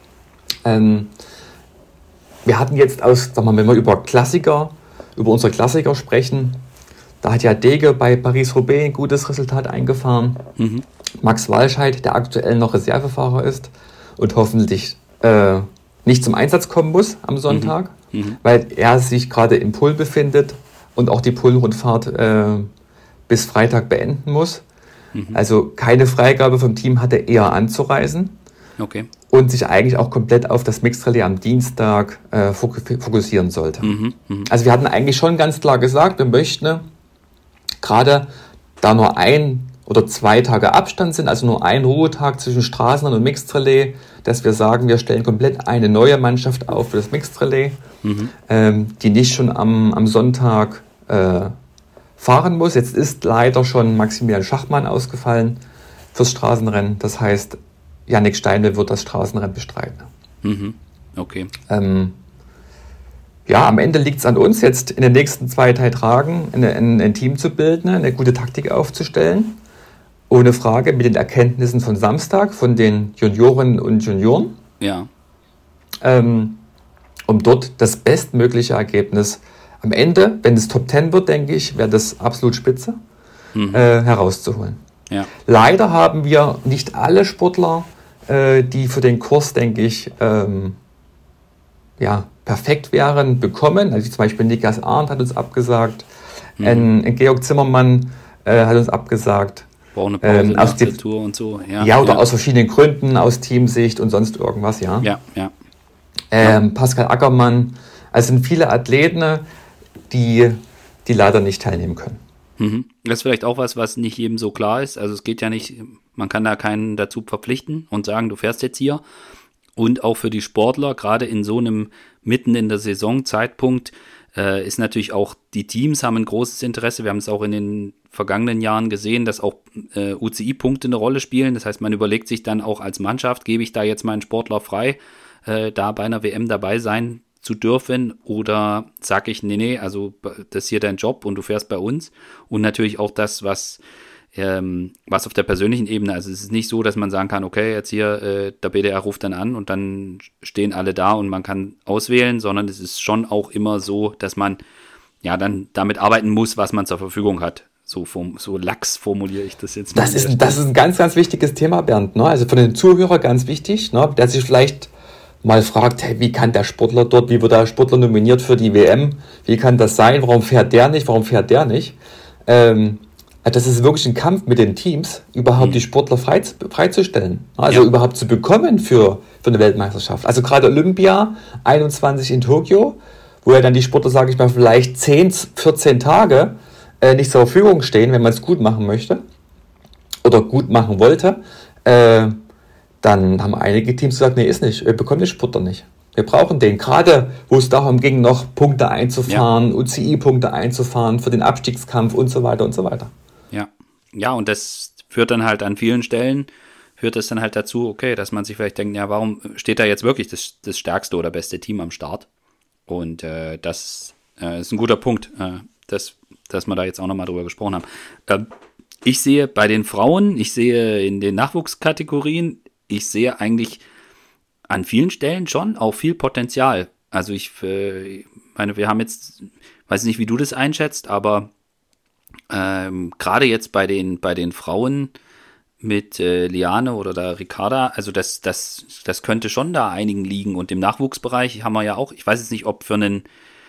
Wir hatten jetzt wenn wir über unsere Klassiker sprechen, da hat ja Dege bei Paris-Roubaix ein gutes Resultat eingefahren. Mhm. Max Walscheid, der aktuell noch Reservefahrer ist und hoffentlich nicht zum Einsatz kommen muss am Sonntag, weil er sich gerade im Pull befindet und auch die Pull-Rundfahrt bis Freitag beenden muss. Mhm. Also keine Freigabe vom Team hatte, eher anzureisen. Okay. Und sich eigentlich auch komplett auf das Mixed Relais am Dienstag fokussieren sollte. Also wir hatten eigentlich schon ganz klar gesagt, wir möchten, gerade da nur 1 oder 2 Tage Abstand sind, also nur ein Ruhetag zwischen Straßenrennen und Mixed Relais, dass wir sagen, wir stellen komplett eine neue Mannschaft auf für das Mixed Relais, die nicht schon am Sonntag fahren muss. Jetzt ist leider schon Maximilian Schachmann ausgefallen fürs Straßenrennen. Das heißt, Jannik Steinle wird das Straßenrennen bestreiten. Okay. Am Ende liegt es an uns, jetzt in den nächsten 2, 3 Tagen ein Team zu bilden, eine gute Taktik aufzustellen. Ohne Frage, mit den Erkenntnissen von Samstag, von den Juniorinnen und Junioren. Ja. Um dort das bestmögliche Ergebnis am Ende, wenn es Top 10 wird, denke ich, wäre das absolut spitze, herauszuholen. Ja. Leider haben wir nicht alle Sportler, die für den Kurs, denke ich, perfekt wären, bekommen. Also zum Beispiel Niklas Arndt hat uns abgesagt, ein Georg Zimmermann hat uns abgesagt. Braucht eine Pause nach der Tour und so. Aus verschiedenen Gründen, aus Teamsicht und sonst irgendwas, ja. Pascal Ackermann. Also sind viele Athleten, die leider nicht teilnehmen können. Das ist vielleicht auch was nicht jedem so klar ist. Also es geht ja nicht, man kann da keinen dazu verpflichten und sagen, du fährst jetzt hier. Und auch für die Sportler, gerade in so einem mitten in der Saison Zeitpunkt, ist natürlich auch, die Teams haben ein großes Interesse. Wir haben es auch in den vergangenen Jahren gesehen, dass auch UCI-Punkte eine Rolle spielen. Das heißt, man überlegt sich dann auch als Mannschaft, gebe ich da jetzt meinen Sportler frei, da bei einer WM dabei sein zu dürfen, oder sage ich, nee, also das ist hier dein Job und du fährst bei uns. Und natürlich auch das, was auf der persönlichen Ebene, also es ist nicht so, dass man sagen kann, okay, jetzt hier, der BDR ruft dann an und dann stehen alle da und man kann auswählen, sondern es ist schon auch immer so, dass man ja dann damit arbeiten muss, was man zur Verfügung hat. So lax formuliere ich das jetzt mal. Das ist ein ganz, ganz wichtiges Thema, Bernd. Ne? Also von den Zuhörern ganz wichtig, ne? Der sich vielleicht mal fragt, hey, wie kann der Sportler dort, wie wird der Sportler nominiert für die WM, wie kann das sein, warum fährt der nicht? Das ist wirklich ein Kampf mit den Teams, überhaupt die Sportler freizustellen, also überhaupt zu bekommen für eine Weltmeisterschaft. Also gerade Olympia 21 in Tokio, wo ja dann die Sportler, sage ich mal, vielleicht 10, 14 Tage nicht zur Verfügung stehen, wenn man es gut machen möchte oder gut machen wollte, dann haben einige Teams gesagt, nee, ist nicht, wir bekommen den Sportler nicht. Wir brauchen den, gerade wo es darum ging, noch Punkte einzufahren, UCI-Punkte einzufahren für den Abstiegskampf und so weiter und so weiter. Ja, und das führt dann halt an vielen Stellen, dann halt dazu, okay, dass man sich vielleicht denkt, ja, warum steht da jetzt wirklich das stärkste oder beste Team am Start? Und das ist ein guter Punkt, dass wir da jetzt auch nochmal drüber gesprochen haben. Ich sehe bei den Frauen, ich sehe in den Nachwuchskategorien, ich sehe eigentlich an vielen Stellen schon auch viel Potenzial. Also ich meine, wir haben jetzt, weiß nicht, wie du das einschätzt, aber gerade jetzt bei den Frauen mit Liane oder der Ricarda, also das könnte schon da einigen liegen. Und im Nachwuchsbereich haben wir ja auch, ich weiß jetzt nicht, ob für einen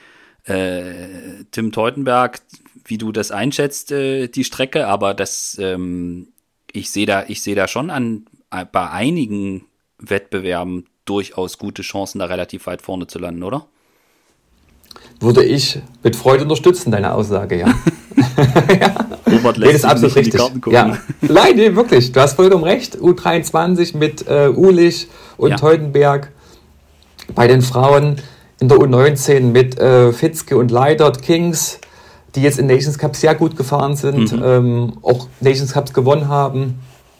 Tim Teutenberg, wie du das einschätzt, die Strecke, aber ich sehe da schon bei einigen Wettbewerben durchaus gute Chancen, da relativ weit vorne zu landen, oder? Würde ich mit Freude unterstützen, deine Aussage, ja. Robert lässt das ist absolut richtig. Ja. Nein, nee, wirklich. Du hast vollkommen recht. U23 mit Ulich und Teutenberg. Bei den Frauen in der U19 mit Fitzke und Leidert, Kings, die jetzt in Nations Cup sehr gut gefahren sind, auch Nations Cups gewonnen haben.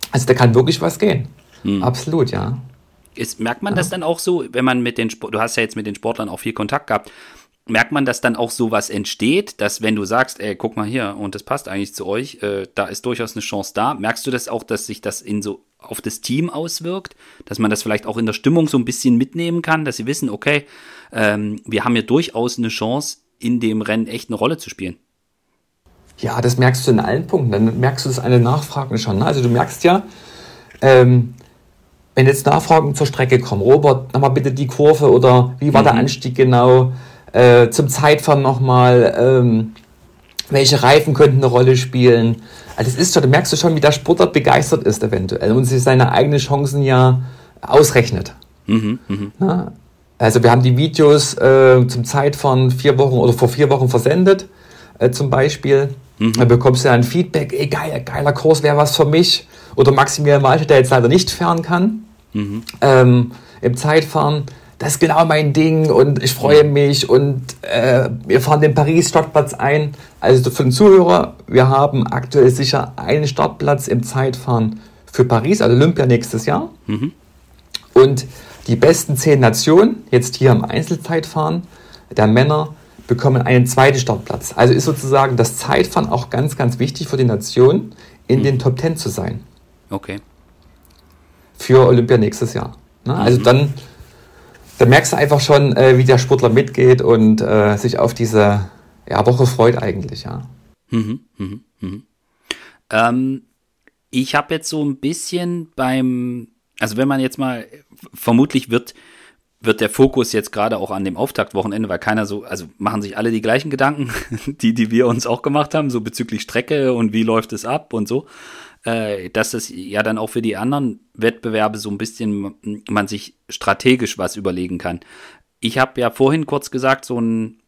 Also da kann wirklich was gehen. Absolut, ja. Merkt man das dann auch so, wenn man du hast ja jetzt mit den Sportlern auch viel Kontakt gehabt, merkt man, dass dann auch sowas entsteht, dass wenn du sagst, ey, guck mal hier und das passt eigentlich zu euch, da ist durchaus eine Chance da. Merkst du das auch, dass sich das auf das Team auswirkt, dass man das vielleicht auch in der Stimmung so ein bisschen mitnehmen kann, dass sie wissen, okay, wir haben hier durchaus eine Chance, in dem Rennen echt eine Rolle zu spielen? Ja, das merkst du in allen Punkten. Dann merkst du das an den Nachfragen schon. Also du merkst ja, wenn jetzt Nachfragen zur Strecke kommen, Robert, nochmal bitte die Kurve oder wie war der Anstieg genau, zum Zeitfahren nochmal, welche Reifen könnten eine Rolle spielen. Also das ist schon, da merkst du schon, wie der Sportler begeistert ist eventuell und sich seine eigenen Chancen ja ausrechnet. Na? Also wir haben die Videos zum Zeitfahren 4 Wochen oder vor 4 Wochen versendet, zum Beispiel. Da bekommst du dann Feedback, ey, geiler Kurs, wäre was für mich. Oder Maximilian Walter, der jetzt leider nicht fahren kann, im Zeitfahren. Das ist genau mein Ding und ich freue mich und wir fahren den Paris-Startplatz ein. Also für den Zuhörer, wir haben aktuell sicher einen Startplatz im Zeitfahren für Paris, also Olympia nächstes Jahr. Und die besten 10 Nationen, jetzt hier im Einzelzeitfahren der Männer, bekommen einen zweiten Startplatz. Also ist sozusagen das Zeitfahren auch ganz, ganz wichtig für die Nation, in den Top 10 zu sein. Okay. Für Olympia nächstes Jahr. Ne? Also dann merkst du einfach schon, wie der Sportler mitgeht und sich auf diese Woche freut eigentlich, ja. Ich habe jetzt so ein bisschen also wenn man jetzt mal, vermutlich wird der Fokus jetzt gerade auch an dem Auftaktwochenende, weil also machen sich alle die gleichen Gedanken, die wir uns auch gemacht haben, so bezüglich Strecke und wie läuft es ab und so, dass es ja dann auch für die anderen Wettbewerbe so ein bisschen man sich strategisch was überlegen kann. Ich habe ja vorhin kurz gesagt, so ein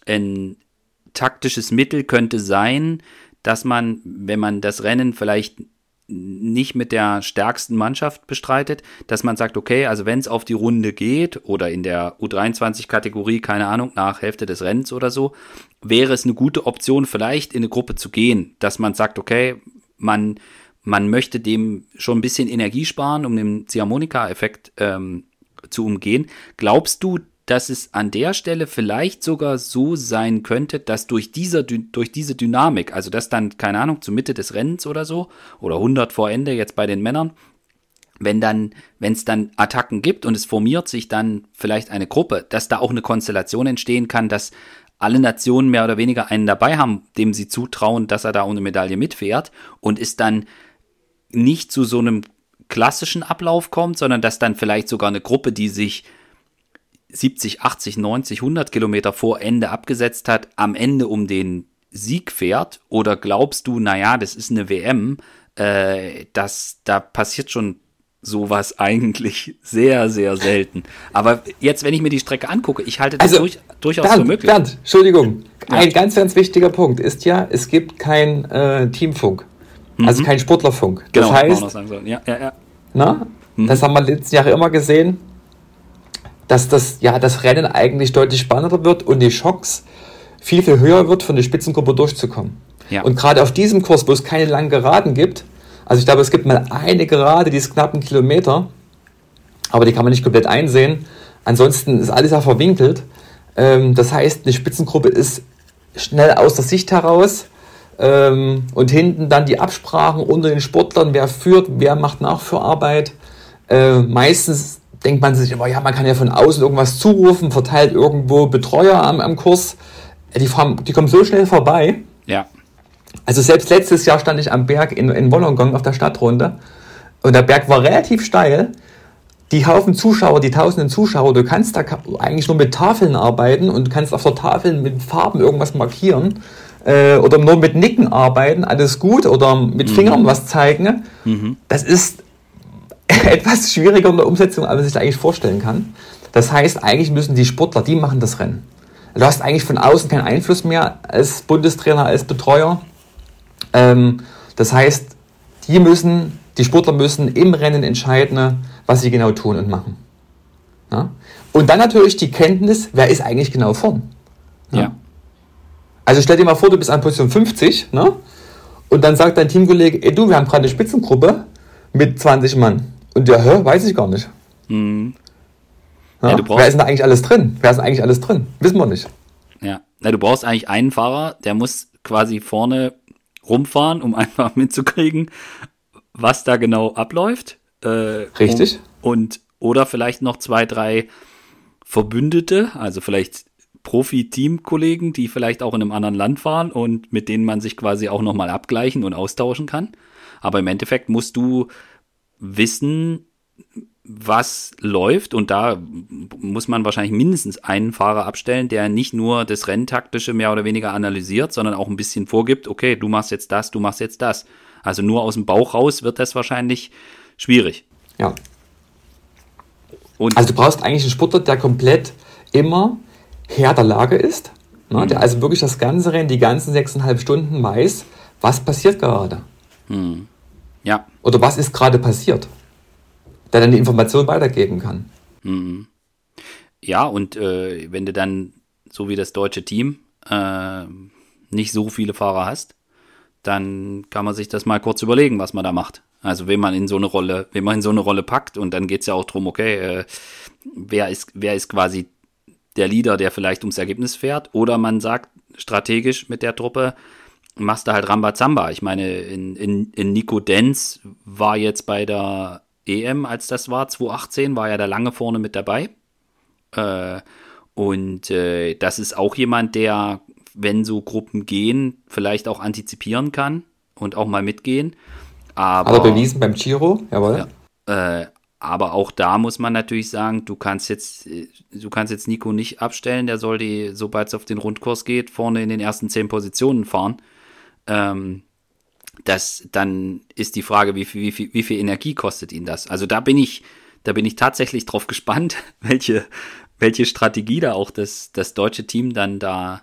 taktisches Mittel könnte sein, dass man, wenn man das Rennen vielleicht nicht mit der stärksten Mannschaft bestreitet, dass man sagt, okay, also wenn es auf die Runde geht oder in der U23-Kategorie, keine Ahnung, nach Hälfte des Rennens oder so, wäre es eine gute Option, vielleicht in eine Gruppe zu gehen, dass man sagt, okay, man möchte dem schon ein bisschen Energie sparen, um den Ziehharmonika-Effekt zu umgehen. Glaubst du, dass es an der Stelle vielleicht sogar so sein könnte, dass durch diese Dynamik, also dass dann, keine Ahnung, zur Mitte des Rennens oder so, oder 100 vor Ende jetzt bei den Männern, wenn es dann Attacken gibt und es formiert sich dann vielleicht eine Gruppe, dass da auch eine Konstellation entstehen kann, dass alle Nationen mehr oder weniger einen dabei haben, dem sie zutrauen, dass er da um eine Medaille mitfährt und es dann nicht zu so einem klassischen Ablauf kommt, sondern dass dann vielleicht sogar eine Gruppe, die sich 70, 80, 90, 100 Kilometer vor Ende abgesetzt hat, am Ende um den Sieg fährt? Oder glaubst du, naja, das ist eine WM, da passiert schon sowas eigentlich sehr, sehr selten. Aber jetzt, wenn ich mir die Strecke angucke, ich halte das durchaus für möglich. Bernd, Entschuldigung. Ja. Ein ganz, ganz wichtiger Punkt ist ja, es gibt kein Teamfunk. Also kein Sportlerfunk. Das heißt, noch sagen sollen. Ja. Das haben wir in den letzten Jahren immer gesehen, dass das Rennen eigentlich deutlich spannender wird und die Chance viel, viel höher wird, von der Spitzengruppe durchzukommen. Ja. Und gerade auf diesem Kurs, wo es keine langen Geraden gibt, also ich glaube, es gibt mal eine Gerade, die ist knapp 1 Kilometer, aber die kann man nicht komplett einsehen. Ansonsten ist alles ja verwinkelt. Das heißt, eine Spitzengruppe ist schnell aus der Sicht heraus und hinten dann die Absprachen unter den Sportlern, wer führt, wer macht Nachführarbeit. Meistens denkt man sich immer, ja, man kann ja von außen irgendwas zurufen, verteilt irgendwo Betreuer am Kurs. Die kommen so schnell vorbei. Ja. Also selbst letztes Jahr stand ich am Berg in Wollongong auf der Stadtrunde und der Berg war relativ steil. Die Haufen Zuschauer, die tausenden Zuschauer, du kannst da eigentlich nur mit Tafeln arbeiten und du kannst auf der Tafel mit Farben irgendwas markieren oder nur mit Nicken arbeiten, alles gut, oder mit Fingern was zeigen. Das ist etwas schwieriger in der Umsetzung, als man sich eigentlich vorstellen kann. Das heißt, eigentlich müssen die Sportler, die machen das Rennen. Du hast eigentlich von außen keinen Einfluss mehr als Bundestrainer, als Betreuer. Das heißt, die Sportler müssen im Rennen entscheiden, was sie genau tun und machen. Ja? Und dann natürlich die Kenntnis, wer ist eigentlich genau vorn. Ja. Also stell dir mal vor, du bist an Position 50, ne? Und dann sagt dein Teamkollege, ey du, wir haben gerade eine Spitzengruppe, mit 20 Mann. Und weiß ich gar nicht. Mhm. Ja? Ja, Wer ist denn da eigentlich alles drin? Wissen wir nicht. Ja, du brauchst eigentlich einen Fahrer, der muss quasi vorne rumfahren, um einfach mitzukriegen, was da genau abläuft. Richtig. Oder vielleicht noch 2, 3 Verbündete, also vielleicht Profi-Team-Kollegen, die vielleicht auch in einem anderen Land fahren und mit denen man sich quasi auch nochmal abgleichen und austauschen kann. Aber im Endeffekt musst du wissen, was läuft, und da muss man wahrscheinlich mindestens einen Fahrer abstellen, der nicht nur das Renntaktische mehr oder weniger analysiert, sondern auch ein bisschen vorgibt, okay, du machst jetzt das, du machst jetzt das. Also nur aus dem Bauch raus wird das wahrscheinlich schwierig. Ja. Also du brauchst eigentlich einen Sportler, der komplett immer Herr der Lage ist, ne? Der also wirklich das ganze Rennen, die ganzen 6,5 Stunden weiß, was passiert gerade. Ja. Oder was ist gerade passiert. Der dann die Information weitergeben kann. Ja, und wenn du dann, so wie das deutsche Team, nicht so viele Fahrer hast, dann kann man sich das mal kurz überlegen, was man da macht. Also wenn man in so eine Rolle packt, und dann geht es ja auch darum, okay, wer ist quasi der Leader, der vielleicht ums Ergebnis fährt, oder man sagt strategisch mit der Truppe, machst du halt Rambazamba. Ich meine, in Nico Denz war jetzt bei der EM, als das war, 2018, war ja da lange vorne mit dabei. Und das ist auch jemand, der, wenn so Gruppen gehen, vielleicht auch antizipieren kann und auch mal mitgehen. Aber bewiesen beim Giro, jawohl. Ja, aber auch da muss man natürlich sagen, du kannst jetzt Nico nicht abstellen, der soll sobald es auf den Rundkurs geht, vorne in den ersten 10 Positionen fahren. Dann ist die Frage, wie viel Energie kostet ihn das? Also da bin ich tatsächlich drauf gespannt, welche Strategie da auch das deutsche Team dann da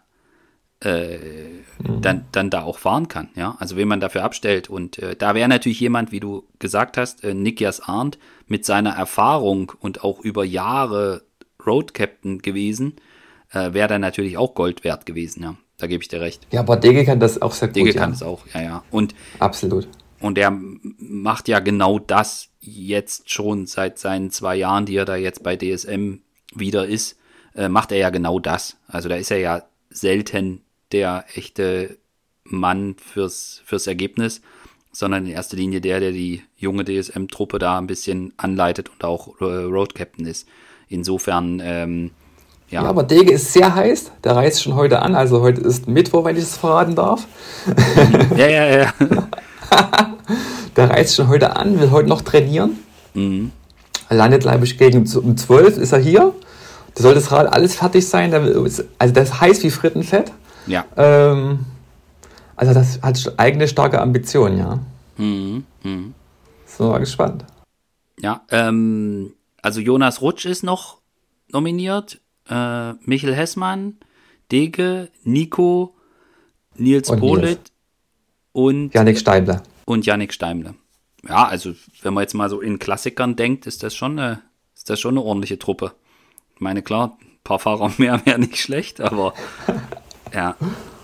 auch fahren kann. Ja? Also wen man dafür abstellt. Und da wäre natürlich jemand, wie du gesagt hast, Nikias Arndt mit seiner Erfahrung und auch über Jahre Road Captain gewesen, wäre dann natürlich auch Gold wert gewesen. Ja, da gebe ich dir recht. Ja, aber Dege kann das auch sehr gut. Dege kann es auch, ja. Und absolut. Und er macht ja genau das jetzt schon seit seinen 2 Jahren, die er da jetzt bei DSM wieder ist, macht er ja genau das. Also da ist er ja selten der echte Mann fürs Ergebnis, sondern in erster Linie der die junge DSM-Truppe da ein bisschen anleitet und auch Road Captain ist. Insofern, ja, aber Dege ist sehr heiß, der reist schon heute an, also heute ist Mittwoch, wenn ich es verraten darf. Ja. Der reist schon heute an, will heute noch trainieren. Er landet, glaube ich, um 12 ist er hier. Da soll das Rad alles fertig sein. Also das ist heiß wie Frittenfett. Ja. Also das hat eigene starke Ambitionen, ja. So, mal gespannt. Ja, also Jonas Rutsch ist noch nominiert, Michael Hessmann, Dege, Nico, Nils Politt und Yannick Steimler. Ja, also wenn man jetzt mal so in Klassikern denkt, ist das schon eine ordentliche Truppe. Ich meine, klar, ein paar Fahrer mehr wäre nicht schlecht, aber ja.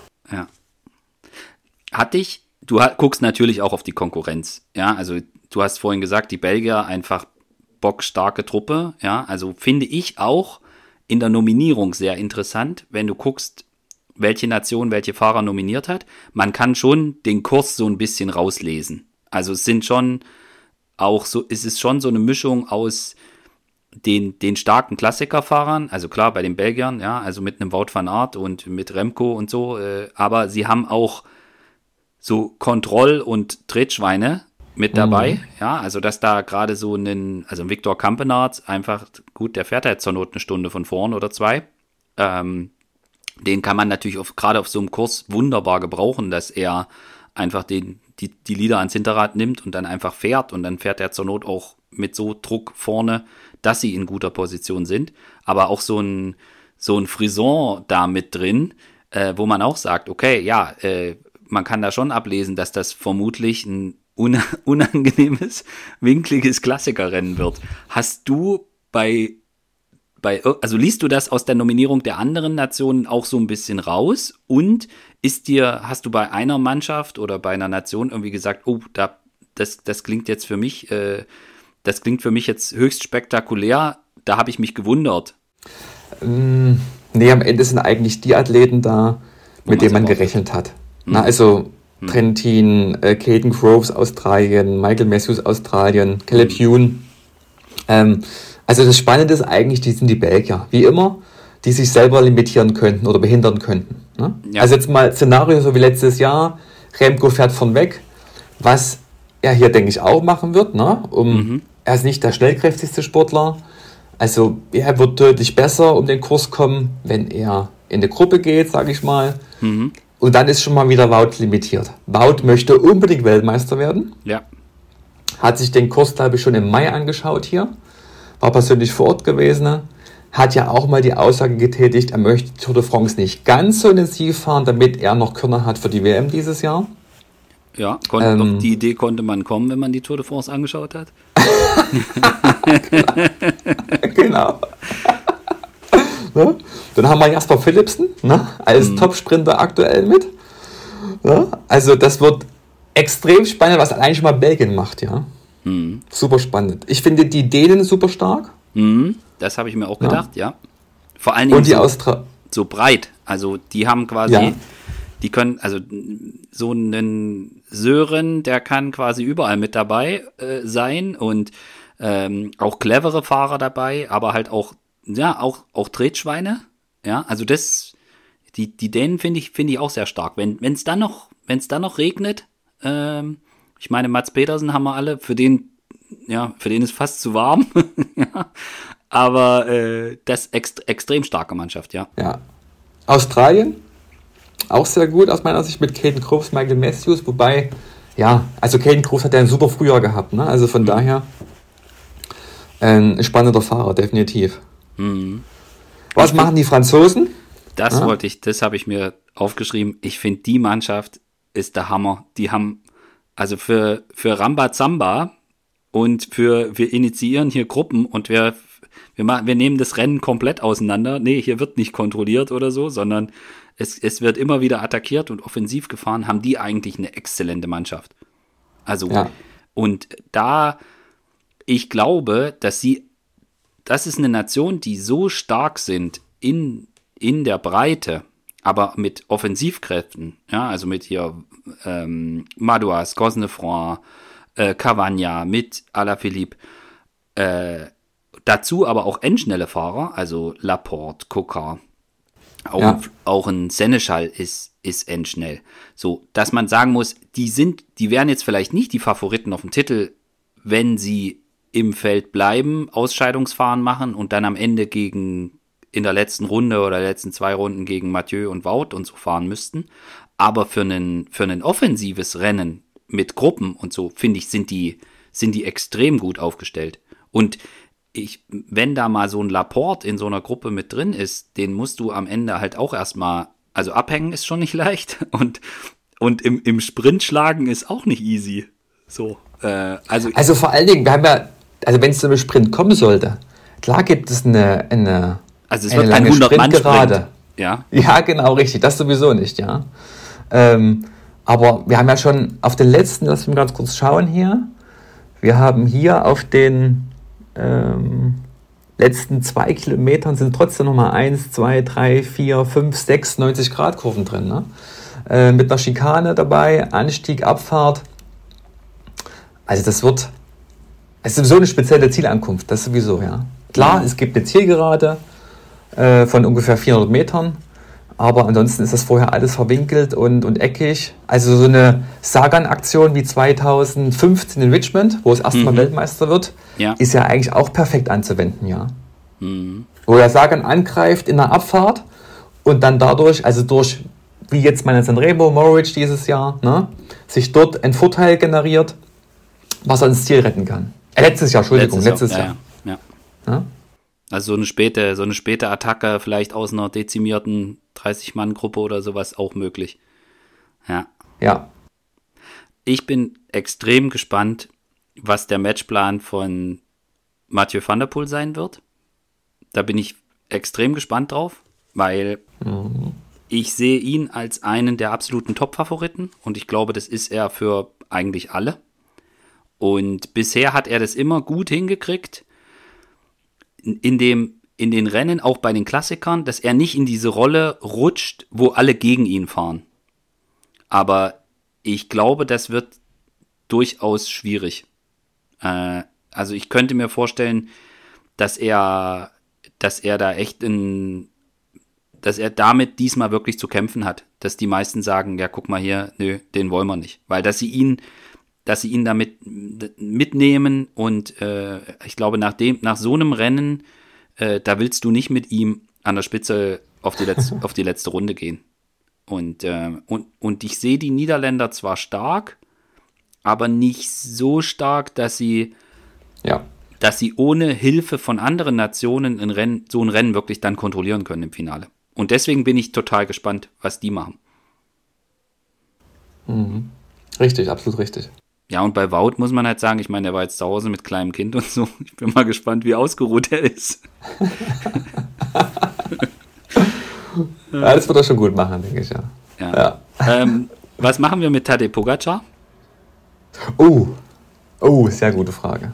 Du guckst natürlich auch auf die Konkurrenz, ja, also du hast vorhin gesagt, die Belgier einfach bockstarke Truppe, ja, also finde ich auch in der Nominierung sehr interessant, wenn du guckst, welche Nation welche Fahrer nominiert hat. Man kann schon den Kurs so ein bisschen rauslesen. Also es ist schon so eine Mischung aus den starken Klassikerfahrern, also klar bei den Belgiern, ja, also mit einem Wout van Aert und mit Remco und so, aber sie haben auch so Kontroll- und Tretschweine mit dabei, ja, also dass da gerade so ein Victor Campenaerts einfach, gut, der fährt halt zur Not eine Stunde von vorn oder 2, den kann man natürlich gerade auf so einem Kurs wunderbar gebrauchen, dass er einfach die Lieder ans Hinterrad nimmt und dann einfach fährt, und dann fährt er zur Not auch mit so Druck vorne, dass sie in guter Position sind, aber auch so ein Frison da mit drin, wo man auch sagt, okay, ja, man kann da schon ablesen, dass das vermutlich ein unangenehmes, winkliges Klassikerrennen wird. Hast du also liest du das aus der Nominierung der anderen Nationen auch so ein bisschen raus, und hast du bei einer Mannschaft oder bei einer Nation irgendwie gesagt, oh, da das klingt jetzt für mich, jetzt höchst spektakulär. Da habe ich mich gewundert. Nee, am Ende sind eigentlich die Athleten da, mit denen man gerechnet hat. Na, also Trentin, Caden Groves Australien, Michael Matthews Australien, Caleb Ewan. Also das Spannende ist eigentlich, die sind die Belgier, wie immer, die sich selber limitieren könnten oder behindern könnten. Ne? Ja. Also jetzt mal Szenario so wie letztes Jahr, Remco fährt von weg, was er hier, denke ich, auch machen wird. Ne? Er ist nicht der schnellkräftigste Sportler, also er wird deutlich besser um den Kurs kommen, wenn er in eine Gruppe geht, sage ich mal. Und dann ist schon mal wieder Wout limitiert. Wout möchte unbedingt Weltmeister werden. Ja. Hat sich den Kurs, glaube ich, schon im Mai angeschaut hier. War persönlich vor Ort gewesen. Hat ja auch mal die Aussage getätigt, er möchte Tour de France nicht ganz so intensiv fahren, damit er noch Körner hat für die WM dieses Jahr. Ja, auf die Idee konnte man kommen, wenn man die Tour de France angeschaut hat. Genau. Ne? Dann haben wir Jasper Philipsen, ne? Als Top-Sprinter aktuell mit. Ne? Also das wird extrem spannend, was allein schon mal Belgien macht, ja. Super spannend. Ich finde die Dänen super stark. Das habe ich mir auch gedacht, ja. Vor allen Dingen so breit. Also die haben quasi, die können, also so einen Sören, der kann quasi überall mit dabei sein und auch clevere Fahrer dabei, aber halt auch, ja, auch Tretschweine. Ja, also die Dänen finde ich auch sehr stark. Wenn es dann noch regnet, ich meine, Mats Pedersen haben wir alle, für den ist fast zu warm. Ja, aber das extrem starke Mannschaft, ja. Ja. Australien, auch sehr gut aus meiner Sicht mit Caden Groves, Michael Matthews, wobei, ja, also Caden Groves hat ja ein super Frühjahr gehabt, ne? Also von daher ein spannender Fahrer, definitiv. Was machen die Franzosen? Das habe ich mir aufgeschrieben. Ich finde, die Mannschaft ist der Hammer. Die haben, also für Rambazamba und wir initiieren hier Gruppen und wir nehmen das Rennen komplett auseinander. Nee, hier wird nicht kontrolliert oder so, sondern es wird immer wieder attackiert und offensiv gefahren, haben die eigentlich eine exzellente Mannschaft. Also, und da, ich glaube, das ist eine Nation, die so stark sind in der Breite, aber mit Offensivkräften, ja, also mit hier Madouas, Cosnefroid, Cavagna, mit Alaphilippe, dazu aber auch endschnelle Fahrer, also Laporte, Coquard, auch ein Seneschal ist endschnell. So, dass man sagen muss, die wären jetzt vielleicht nicht die Favoriten auf den Titel, wenn sie im Feld bleiben, Ausscheidungsfahren machen und dann am Ende in der letzten Runde oder letzten 2 Runden gegen Mathieu und Wout und so fahren müssten. Aber für ein offensives Rennen mit Gruppen und so, finde ich, sind die extrem gut aufgestellt. Und wenn da mal so ein Laporte in so einer Gruppe mit drin ist, den musst du am Ende halt auch erstmal, also abhängen ist schon nicht leicht und im Sprint schlagen ist auch nicht easy. So, also vor allen Dingen, wir haben ja, also wenn es zu einem Sprint kommen sollte, klar gibt es eine also es wird kein 100-Mann-Sprint. Ja, genau, richtig, das sowieso nicht, ja. Aber wir haben ja schon auf den letzten, lass mich ganz kurz schauen hier, wir haben hier auf den letzten 2 Kilometern sind trotzdem nochmal 1, 2, 3, 4, 5, 6, 90 Grad Kurven drin, ne? Mit einer Schikane dabei, Anstieg, Abfahrt. Also es ist sowieso eine spezielle Zielankunft, das sowieso, ja. Klar, es gibt eine Zielgerade von ungefähr 400 Metern, aber ansonsten ist das vorher alles verwinkelt und eckig. Also so eine Sagan-Aktion wie 2015 in Richmond, wo es erstmal Weltmeister wird, ist ja eigentlich auch perfekt anzuwenden, ja. Wo der Sagan angreift in der Abfahrt und dann dadurch, also durch, wie jetzt meine Sanremo, Morridge dieses Jahr, ne, sich dort ein Vorteil generiert, was er ins Ziel retten kann. Letztes Jahr. Ja. Also so eine späte Attacke, vielleicht aus einer dezimierten 30-Mann-Gruppe oder sowas auch möglich. Ja. Ich bin extrem gespannt, was der Matchplan von Mathieu van der Poel sein wird. Da bin ich extrem gespannt drauf, weil ich sehe ihn als einen der absoluten Top-Favoriten und ich glaube, das ist er für eigentlich alle. Und bisher hat er das immer gut hingekriegt, in den Rennen, auch bei den Klassikern, dass er nicht in diese Rolle rutscht, wo alle gegen ihn fahren. Aber ich glaube, das wird durchaus schwierig. Also ich könnte mir vorstellen, dass er da echt dass er damit diesmal wirklich zu kämpfen hat. Dass die meisten sagen, ja, guck mal hier, nö, den wollen wir nicht. Weil dass sie ihn damit mitnehmen und ich glaube, nach so einem Rennen, da willst du nicht mit ihm an der Spitze auf die letzte Runde gehen. Und ich sehe die Niederländer zwar stark, aber nicht so stark, dass sie ohne Hilfe von anderen Nationen so ein Rennen wirklich dann kontrollieren können im Finale. Und deswegen bin ich total gespannt, was die machen. Mhm. Richtig, absolut richtig. Ja, und bei Wout muss man halt sagen, ich meine, der war jetzt zu Hause mit kleinem Kind und so. Ich bin mal gespannt, wie ausgeruht er ist. Ja, das wird er schon gut machen, denke ich, ja. Was machen wir mit Tadej Pogačar? Sehr gute Frage.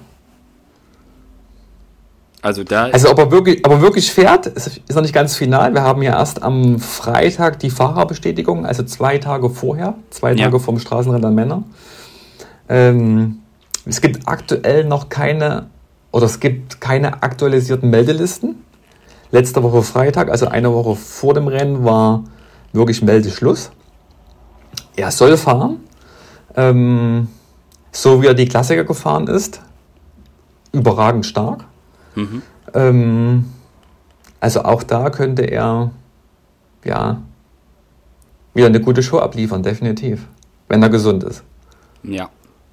Also ob er wirklich fährt, ist noch nicht ganz final. Wir haben ja erst am Freitag die Fahrerbestätigung, also 2 Tage vorher, 2 Tage vom Straßenrennen der Männer. Es gibt aktuell noch keine aktualisierten Meldelisten. Letzte Woche Freitag, also eine Woche vor dem Rennen, war wirklich Meldeschluss. Er soll fahren, so wie er die Klassiker gefahren ist, überragend stark. Mhm. Also auch da könnte er wieder eine gute Show abliefern, definitiv, wenn er gesund ist. Ja.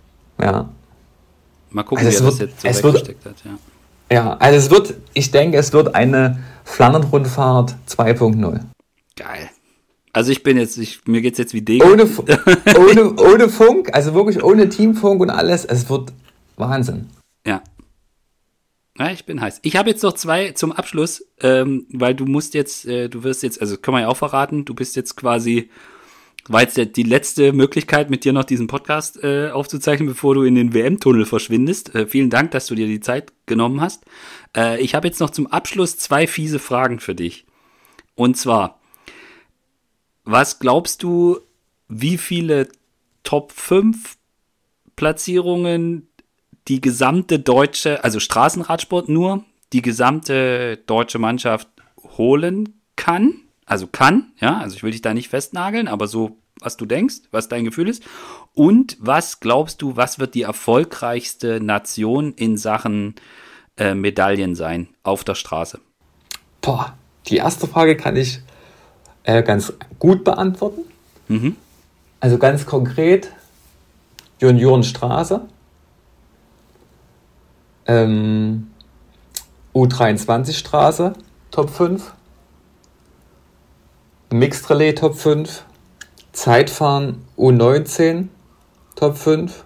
Mal gucken, wie er das jetzt so weggesteckt hat. Ja, also ich denke, es wird eine Flandern-Rundfahrt 2.0. Geil. Also mir geht's jetzt wie Degen. Ohne Funk, also wirklich ohne Teamfunk und alles. Es wird Wahnsinn. Ja. Ja, ich bin heiß. Ich habe jetzt noch 2 zum Abschluss, weil du wirst jetzt, also können wir ja auch verraten, du bist jetzt quasi, war jetzt die letzte Möglichkeit, mit dir noch diesen Podcast aufzuzeichnen, bevor du in den WM-Tunnel verschwindest. Vielen Dank, dass du dir die Zeit genommen hast. Ich habe jetzt noch zum Abschluss 2 fiese Fragen für dich. Und zwar, was glaubst du, wie viele Top 5 Platzierungen die gesamte deutsche, also Straßenradsport nur, die gesamte deutsche Mannschaft holen kann? Also ich will dich da nicht festnageln, aber so, was du denkst, was dein Gefühl ist. Und was glaubst du, was wird die erfolgreichste Nation in Sachen Medaillen sein auf der Straße? Die erste Frage kann ich ganz gut beantworten. Mhm. Also ganz konkret, Juniorenstraße, U23 Straße, Top 5, Mixed Relais Top 5, Zeitfahren U19 Top 5,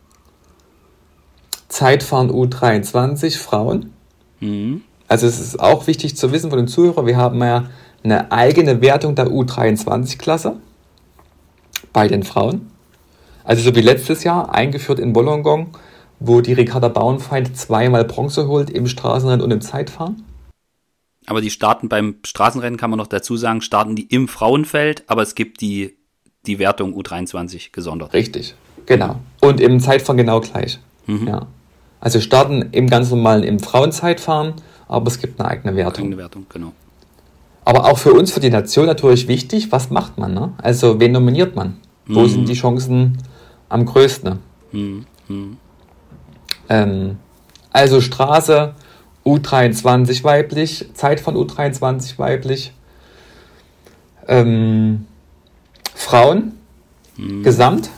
Zeitfahren U23 Frauen. Mhm. Also es ist auch wichtig zu wissen von den Zuhörern, wir haben ja eine eigene Wertung der U23-Klasse bei den Frauen. Also so wie letztes Jahr, eingeführt in Wollongong, wo die Ricarda Bauernfeind 2-mal Bronze holt im Straßenrennen und im Zeitfahren. Aber die starten beim Straßenrennen, kann man noch dazu sagen, starten die im Frauenfeld, aber es gibt die Wertung U23 gesondert. Richtig, genau. Und im Zeitfahren genau gleich. Mhm. Ja. Also starten im ganz normalen im Frauenzeitfahren, aber es gibt eine eigene Wertung. Eigene Wertung, genau. Aber auch für uns, für die Nation natürlich wichtig, was macht man? Ne? Also wen nominiert man? Wo sind die Chancen am größten? Also Straße, U23 weiblich, Zeitfahren U23 weiblich, Frauen, Gesamt.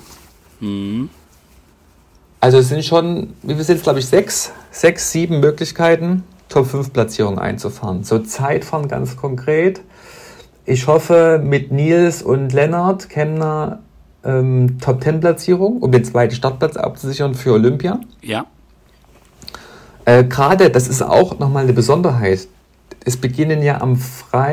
Also es sind schon, wie wir sind, glaube ich, 6, 7 Möglichkeiten, Top 5 Platzierungen einzufahren. So Zeitfahren ganz konkret. Ich hoffe mit Nils und Lennart Kemner Top 10 Platzierung, um den zweiten Startplatz abzusichern für Olympia. Ja. Gerade, das ist auch nochmal eine Besonderheit. Es beginnen ja am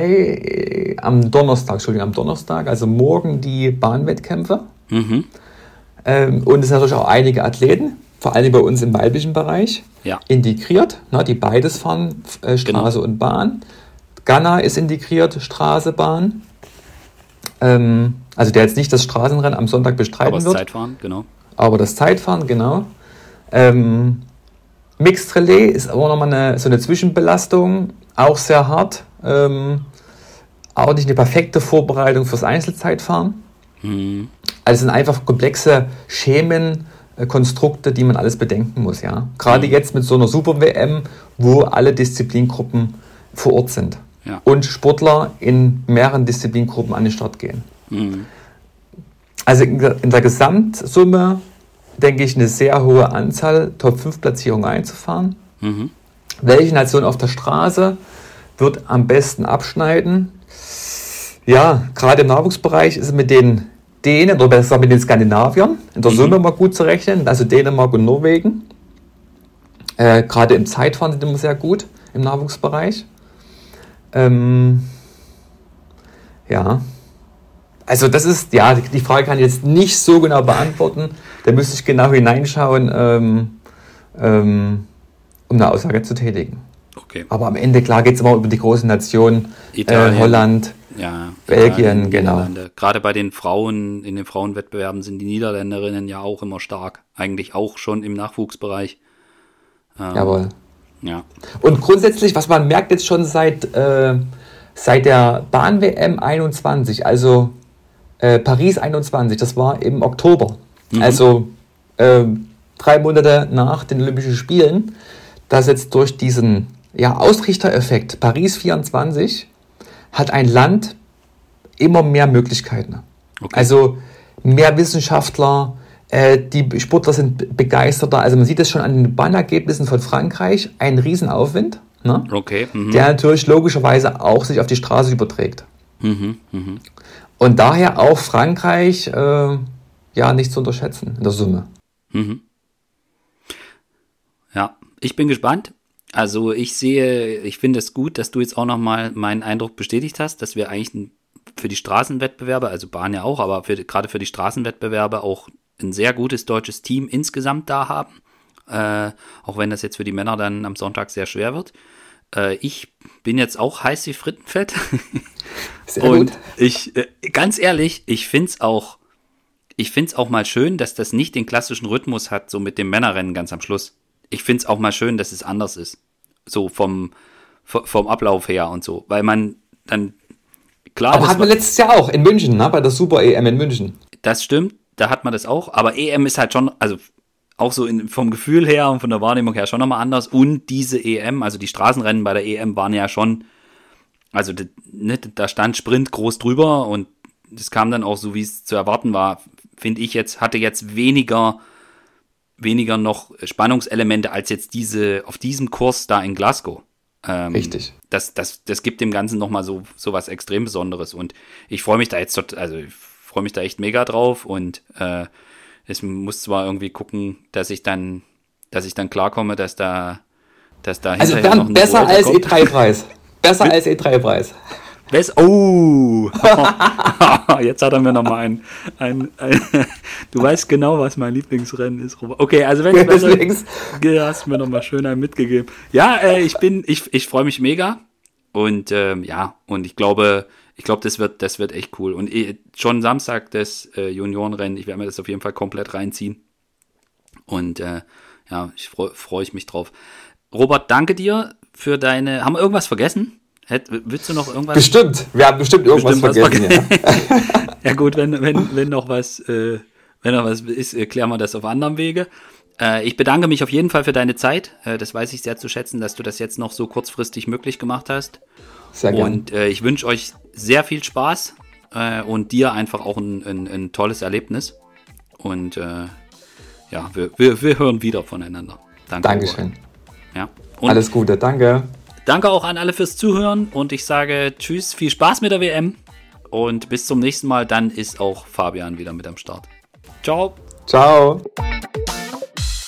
Donnerstag, also morgen die Bahnwettkämpfe. Mhm. Und es sind natürlich auch einige Athleten, vor allem bei uns im weiblichen Bereich, integriert, die beides fahren, Straße und Bahn. Ganna ist integriert, Straße, Bahn. Also der jetzt nicht das Straßenrennen am Sonntag bestreiten wird. Aber das Zeitfahren, genau. Aber das Zeitfahren, genau. Mixed Relais ist aber nochmal so eine Zwischenbelastung, auch sehr hart. Auch nicht eine perfekte Vorbereitung fürs Einzelzeitfahren. Also es sind einfach komplexe Schemen, Konstrukte, die man alles bedenken muss. Ja? Gerade jetzt mit so einer Super-WM, wo alle Disziplingruppen vor Ort sind. Ja. Und Sportler in mehreren Disziplingruppen an den Start gehen. Also in der Gesamtsumme denke ich, eine sehr hohe Anzahl Top-5-Platzierungen einzufahren. Welche Nation auf der Straße wird am besten abschneiden? Ja, gerade im Nachwuchsbereich ist es mit den Dänen, oder besser mit den Skandinaviern in der Summe mal gut zu rechnen, also Dänemark und Norwegen. Gerade im Zeitfahren sind immer sehr gut im Nachwuchsbereich. Ja, also das ist, die Frage kann ich jetzt nicht so genau beantworten. Da müsste ich genau hineinschauen, um eine Aussage zu tätigen. Okay. Aber am Ende, klar, geht es immer über die großen Nationen, Italien, Holland, Belgien, Italien, genau. Gerade bei den Frauen, in den Frauenwettbewerben sind die Niederländerinnen ja auch immer stark. Eigentlich auch schon im Nachwuchsbereich. Jawohl. Ja. Und grundsätzlich, was man merkt jetzt schon seit der Bahn-WM 21, also Paris 21, das war im Oktober, also 3 Monate nach den Olympischen Spielen, dass jetzt durch diesen Ausrichtereffekt Paris 24 hat ein Land immer mehr Möglichkeiten. Okay. Also mehr Wissenschaftler, die Sportler sind begeisterter, also man sieht es schon an den Bahnergebnissen von Frankreich, ein Riesenaufwind, ne? Okay. Der natürlich logischerweise auch sich auf die Straße überträgt. Und daher auch Frankreich nicht zu unterschätzen in der Summe. Ja, ich bin gespannt. Also ich finde es gut, dass du jetzt auch nochmal meinen Eindruck bestätigt hast, dass wir eigentlich für die Straßenwettbewerbe, also Bahn ja auch, aber gerade für die Straßenwettbewerbe auch ein sehr gutes deutsches Team insgesamt da haben. Auch wenn das jetzt für die Männer dann am Sonntag sehr schwer wird. Ich bin jetzt auch heiß wie Frittenfett. Sehr gut. Und ganz ehrlich, ich finde es auch mal schön, dass das nicht den klassischen Rhythmus hat, so mit dem Männerrennen ganz am Schluss. Ich finde es auch mal schön, dass es anders ist. So vom Ablauf her und so. Weil man dann, klar. Aber hatten wir letztes Jahr auch in München, ne? Bei der Super-EM in München. Das stimmt, da hat man das auch. Aber EM ist halt schon, also auch so vom Gefühl her und von der Wahrnehmung her schon nochmal anders. Und diese EM, also die Straßenrennen bei der EM waren ja schon, also da stand Sprint groß drüber und das kam dann auch so, wie es zu erwarten war, finde ich jetzt, hatte jetzt weniger noch Spannungselemente als jetzt auf diesem Kurs da in Glasgow. Richtig. Das gibt dem Ganzen nochmal so was extrem Besonderes und ich freue mich da jetzt, ich freue mich da echt mega drauf und ich muss zwar irgendwie gucken, dass ich dann klarkomme, dass da also dann besser als E3-Preis. Besser als E3-Preis. Oh! Jetzt hat er mir nochmal du weißt genau, was mein Lieblingsrennen ist, Robert. Okay, also wenn du hast mir nochmal schön einen mitgegeben. Ja, ich freue mich mega und und ich glaube, das wird echt cool. Und schon Samstag das Juniorenrennen, ich werde mir das auf jeden Fall komplett reinziehen. Und ich freue mich drauf. Robert, danke dir für deine. Haben wir irgendwas vergessen? Willst du noch irgendwas? Bestimmt, wir haben bestimmt irgendwas vergessen. Ja. Ja gut, wenn noch was ist, klären wir das auf anderem Wege. Ich bedanke mich auf jeden Fall für deine Zeit. Das weiß ich sehr zu schätzen, dass du das jetzt noch so kurzfristig möglich gemacht hast. Sehr gerne. Und ich wünsche euch sehr viel Spaß und dir einfach auch ein tolles Erlebnis. Und wir hören wieder voneinander. Danke. Dankeschön. Ja. Alles Gute, danke. Danke auch an alle fürs Zuhören und ich sage tschüss, viel Spaß mit der WM und bis zum nächsten Mal, dann ist auch Fabian wieder mit am Start. Ciao. Ciao.